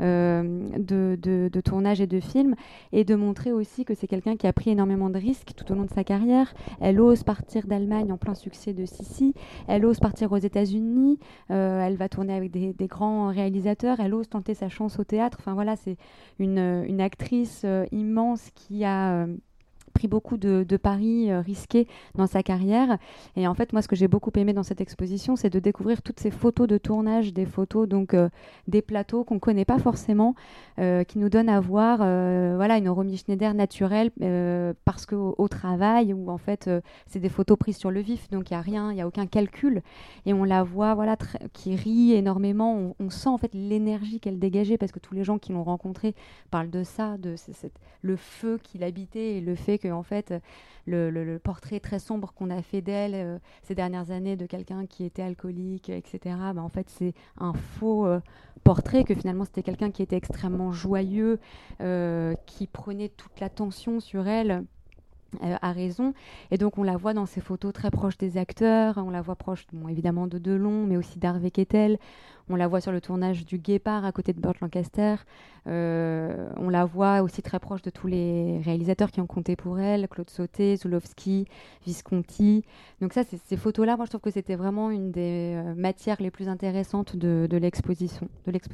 de tournage et de films, et de montrer aussi que c'est quelqu'un qui a pris énormément de risques tout au long de sa carrière. Elle ose partir d'Allemagne en plein succès de Sissi, elle ose partir aux États-Unis, elle va tourner avec des grands réalisateurs, elle ose tenter sa chance au théâtre. Enfin voilà, c'est une actrice immense qui a pris beaucoup de paris risqués dans sa carrière. Et en fait, moi, ce que j'ai beaucoup aimé dans cette exposition, c'est de découvrir toutes ces photos de tournage, des photos donc des plateaux qu'on connaît pas forcément, qui nous donnent à voir voilà, une Romy Schneider naturelle parce qu'au travail, où en fait, c'est des photos prises sur le vif, donc il n'y a rien, il n'y a aucun calcul. Et on la voit voilà, qui rit énormément. On sent en fait l'énergie qu'elle dégageait, parce que tous les gens qui l'ont rencontrée parlent de ça, le feu qui l'habitait et le fait que en fait le portrait très sombre qu'on a fait d'elle ces dernières années, de quelqu'un qui était alcoolique, etc., en fait c'est un faux portrait, que finalement c'était quelqu'un qui était extrêmement joyeux, qui prenait toute l'attention sur elle à raison. Et donc on la voit dans ces photos très proches des acteurs, on la voit proche évidemment de Delon, mais aussi d'Harvey Keitel, on la voit sur le tournage du Guépard à côté de Burt Lancaster, on la voit aussi très proche de tous les réalisateurs qui ont compté pour elle, Claude Sautet, Zulawski, Visconti. Donc ça, ces photos-là, moi je trouve que c'était vraiment une des matières les plus intéressantes de l'exposition.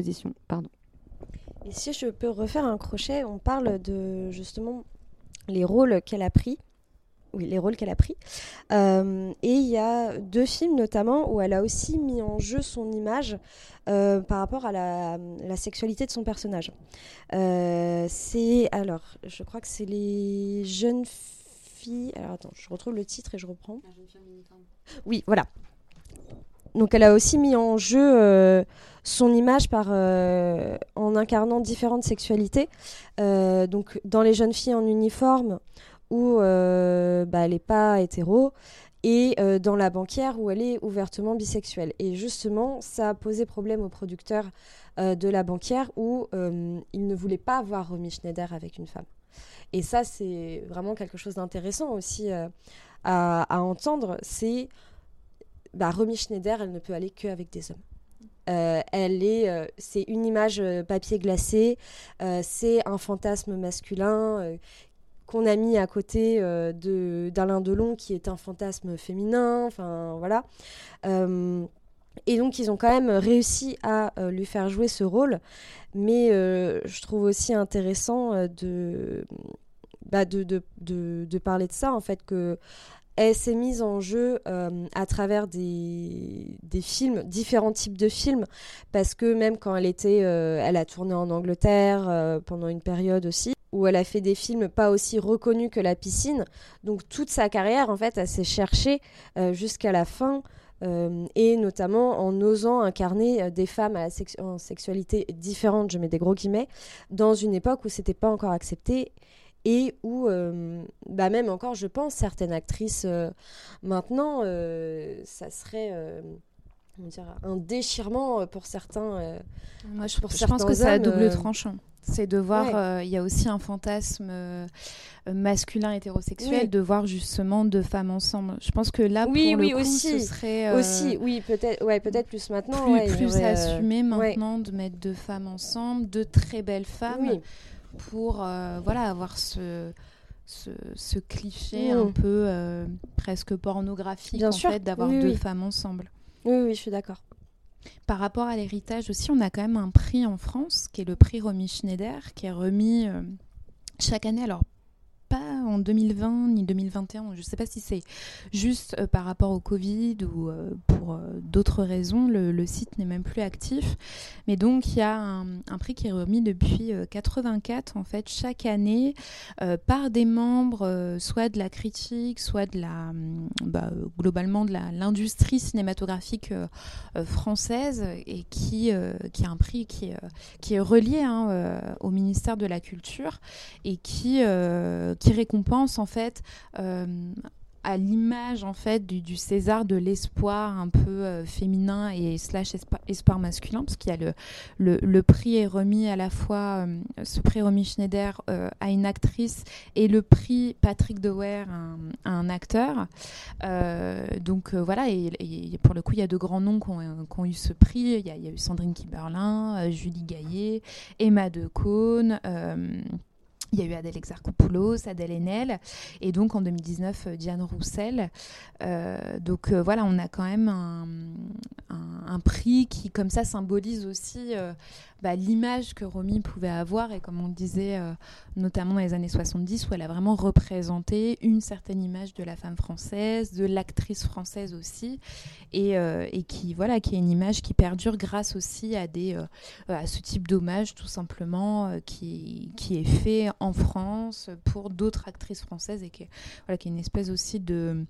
Et si je peux refaire un crochet, on parle de justement les rôles qu'elle a pris. Oui, les rôles qu'elle a pris. Et il y a 2 films notamment où elle a aussi mis en jeu son image par rapport à la sexualité de son personnage. Je crois que c'est les jeunes filles. Alors attends, je retrouve le titre et je reprends. La jeune fille en uniforme. Oui, voilà. Donc elle a aussi mis en jeu son image en incarnant différentes sexualités. Donc dans Les jeunes filles en uniforme, où elle n'est pas hétéro, et dans La banquière, où elle est ouvertement bisexuelle. Et justement, ça a posé problème aux producteurs de La banquière, où ils ne voulaient pas voir Romy Schneider avec une femme. Et ça, c'est vraiment quelque chose d'intéressant aussi à entendre. C'est Romy Schneider, elle ne peut aller qu'avec des hommes. C'est une image papier glacé, c'est un fantasme masculin qu'on a mis à côté d'Alain Delon, qui est un fantasme féminin, enfin voilà. Et donc ils ont quand même réussi à lui faire jouer ce rôle, mais je trouve aussi intéressant de parler de ça, en fait, que elle s'est mise en jeu à travers des films, différents types de films, parce que même quand elle a tourné en Angleterre pendant une période aussi, où elle a fait des films pas aussi reconnus que La piscine. Donc toute sa carrière, en fait, elle s'est cherchée jusqu'à la fin, et notamment en osant incarner des femmes en sexualité différente, je mets des gros guillemets, dans une époque où c'était pas encore accepté. Et où, même encore, je pense, certaines actrices, maintenant, ça serait un déchirement pour certains. Moi, je pense que c'est à double tranchant. C'est de voir, il y a aussi un fantasme masculin hétérosexuel, de voir justement 2 femmes ensemble. Je pense que là, pour le coup, aussi, ce serait... aussi, oui, peut-être plus maintenant. Plus assumé maintenant de mettre 2 femmes ensemble, 2 très belles femmes. Oui. Pour avoir ce cliché un peu presque pornographique, bien en sûr. Fait, d'avoir 2 femmes ensemble. Oui, je suis d'accord. Par rapport à l'héritage aussi, on a quand même un prix en France, qui est le prix Romy Schneider, qui est remis chaque année. Alors, pas en 2020 ni 2021. Je ne sais pas si c'est juste par rapport au Covid ou pour d'autres raisons. Le site n'est même plus actif. Mais donc, il y a un prix qui est remis depuis 84, en fait, chaque année, par des membres, soit de la critique, soit de globalement de l'industrie cinématographique française, et qui est un prix qui est relié au ministère de la Culture et qui récompense en fait à l'image en fait du César de l'espoir un peu féminin et / espoir masculin, parce qu'il y a le prix est remis à la fois ce prix Romy Schneider à une actrice et le prix Patrick Dewaere à un acteur. Donc voilà, et pour le coup il y a de grands noms qui ont eu ce prix. Il y a eu Sandrine Kiberlin, Julie Gaillet, Emma Decaune. Il y a eu Adèle Exarchopoulos, Adèle Haenel, et donc en 2019, Diane Roussel. Donc voilà, on a quand même un prix qui, comme ça, symbolise aussi l'image que Romy pouvait avoir, et comme on le disait, notamment dans les années 70, où elle a vraiment représenté une certaine image de la femme française, de l'actrice française aussi, et qui est une image qui perdure grâce aussi à ce type d'hommage, tout simplement, qui est fait en France pour d'autres actrices françaises, et qui est une espèce aussi de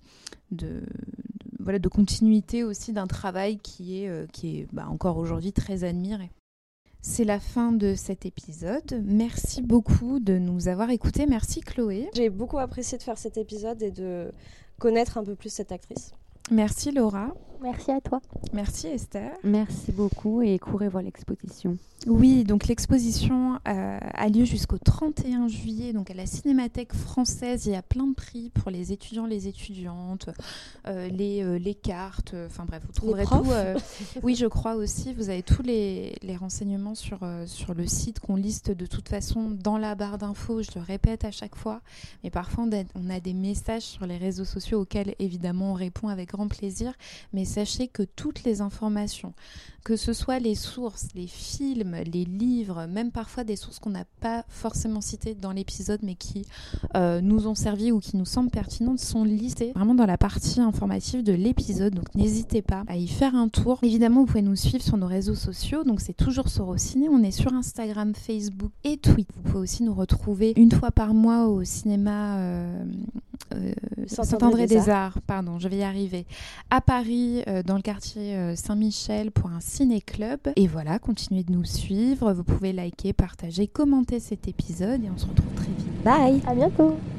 continuité aussi d'un travail qui est encore aujourd'hui très admiré. C'est la fin de cet épisode. Merci beaucoup de nous avoir écoutés. Merci Chloé. J'ai beaucoup apprécié de faire cet épisode et de connaître un peu plus cette actrice. Merci Laura. Merci à toi. Merci Esther. Merci beaucoup, et courez voir l'exposition. Oui, donc l'exposition a lieu jusqu'au 31 juillet, donc à la Cinémathèque française. Il y a plein de prix pour les étudiants, les étudiantes, les cartes, enfin bref, vous trouverez tout. Oui, je crois aussi, vous avez tous les renseignements sur le site qu'on liste de toute façon dans la barre d'infos, je le répète à chaque fois, mais parfois on a des messages sur les réseaux sociaux auxquels évidemment on répond avec grand plaisir, mais sachez que toutes les informations, que ce soit les sources, les films, les livres, même parfois des sources qu'on n'a pas forcément citées dans l'épisode mais qui nous ont servi ou qui nous semblent pertinentes, sont listées vraiment dans la partie informative de l'épisode, donc n'hésitez pas à y faire un tour. Évidemment, vous pouvez nous suivre sur nos réseaux sociaux, donc c'est toujours Sorociné, on est sur Instagram, Facebook et Twitter. Vous pouvez aussi nous retrouver une fois par mois au cinéma Saint-André-des-Arts, pardon, je vais y arriver, à Paris, dans le quartier Saint-Michel, pour un ciné-club. Et voilà, continuez de nous suivre, vous pouvez liker, partager, commenter cet épisode, et on se retrouve très vite. Bye, à bientôt.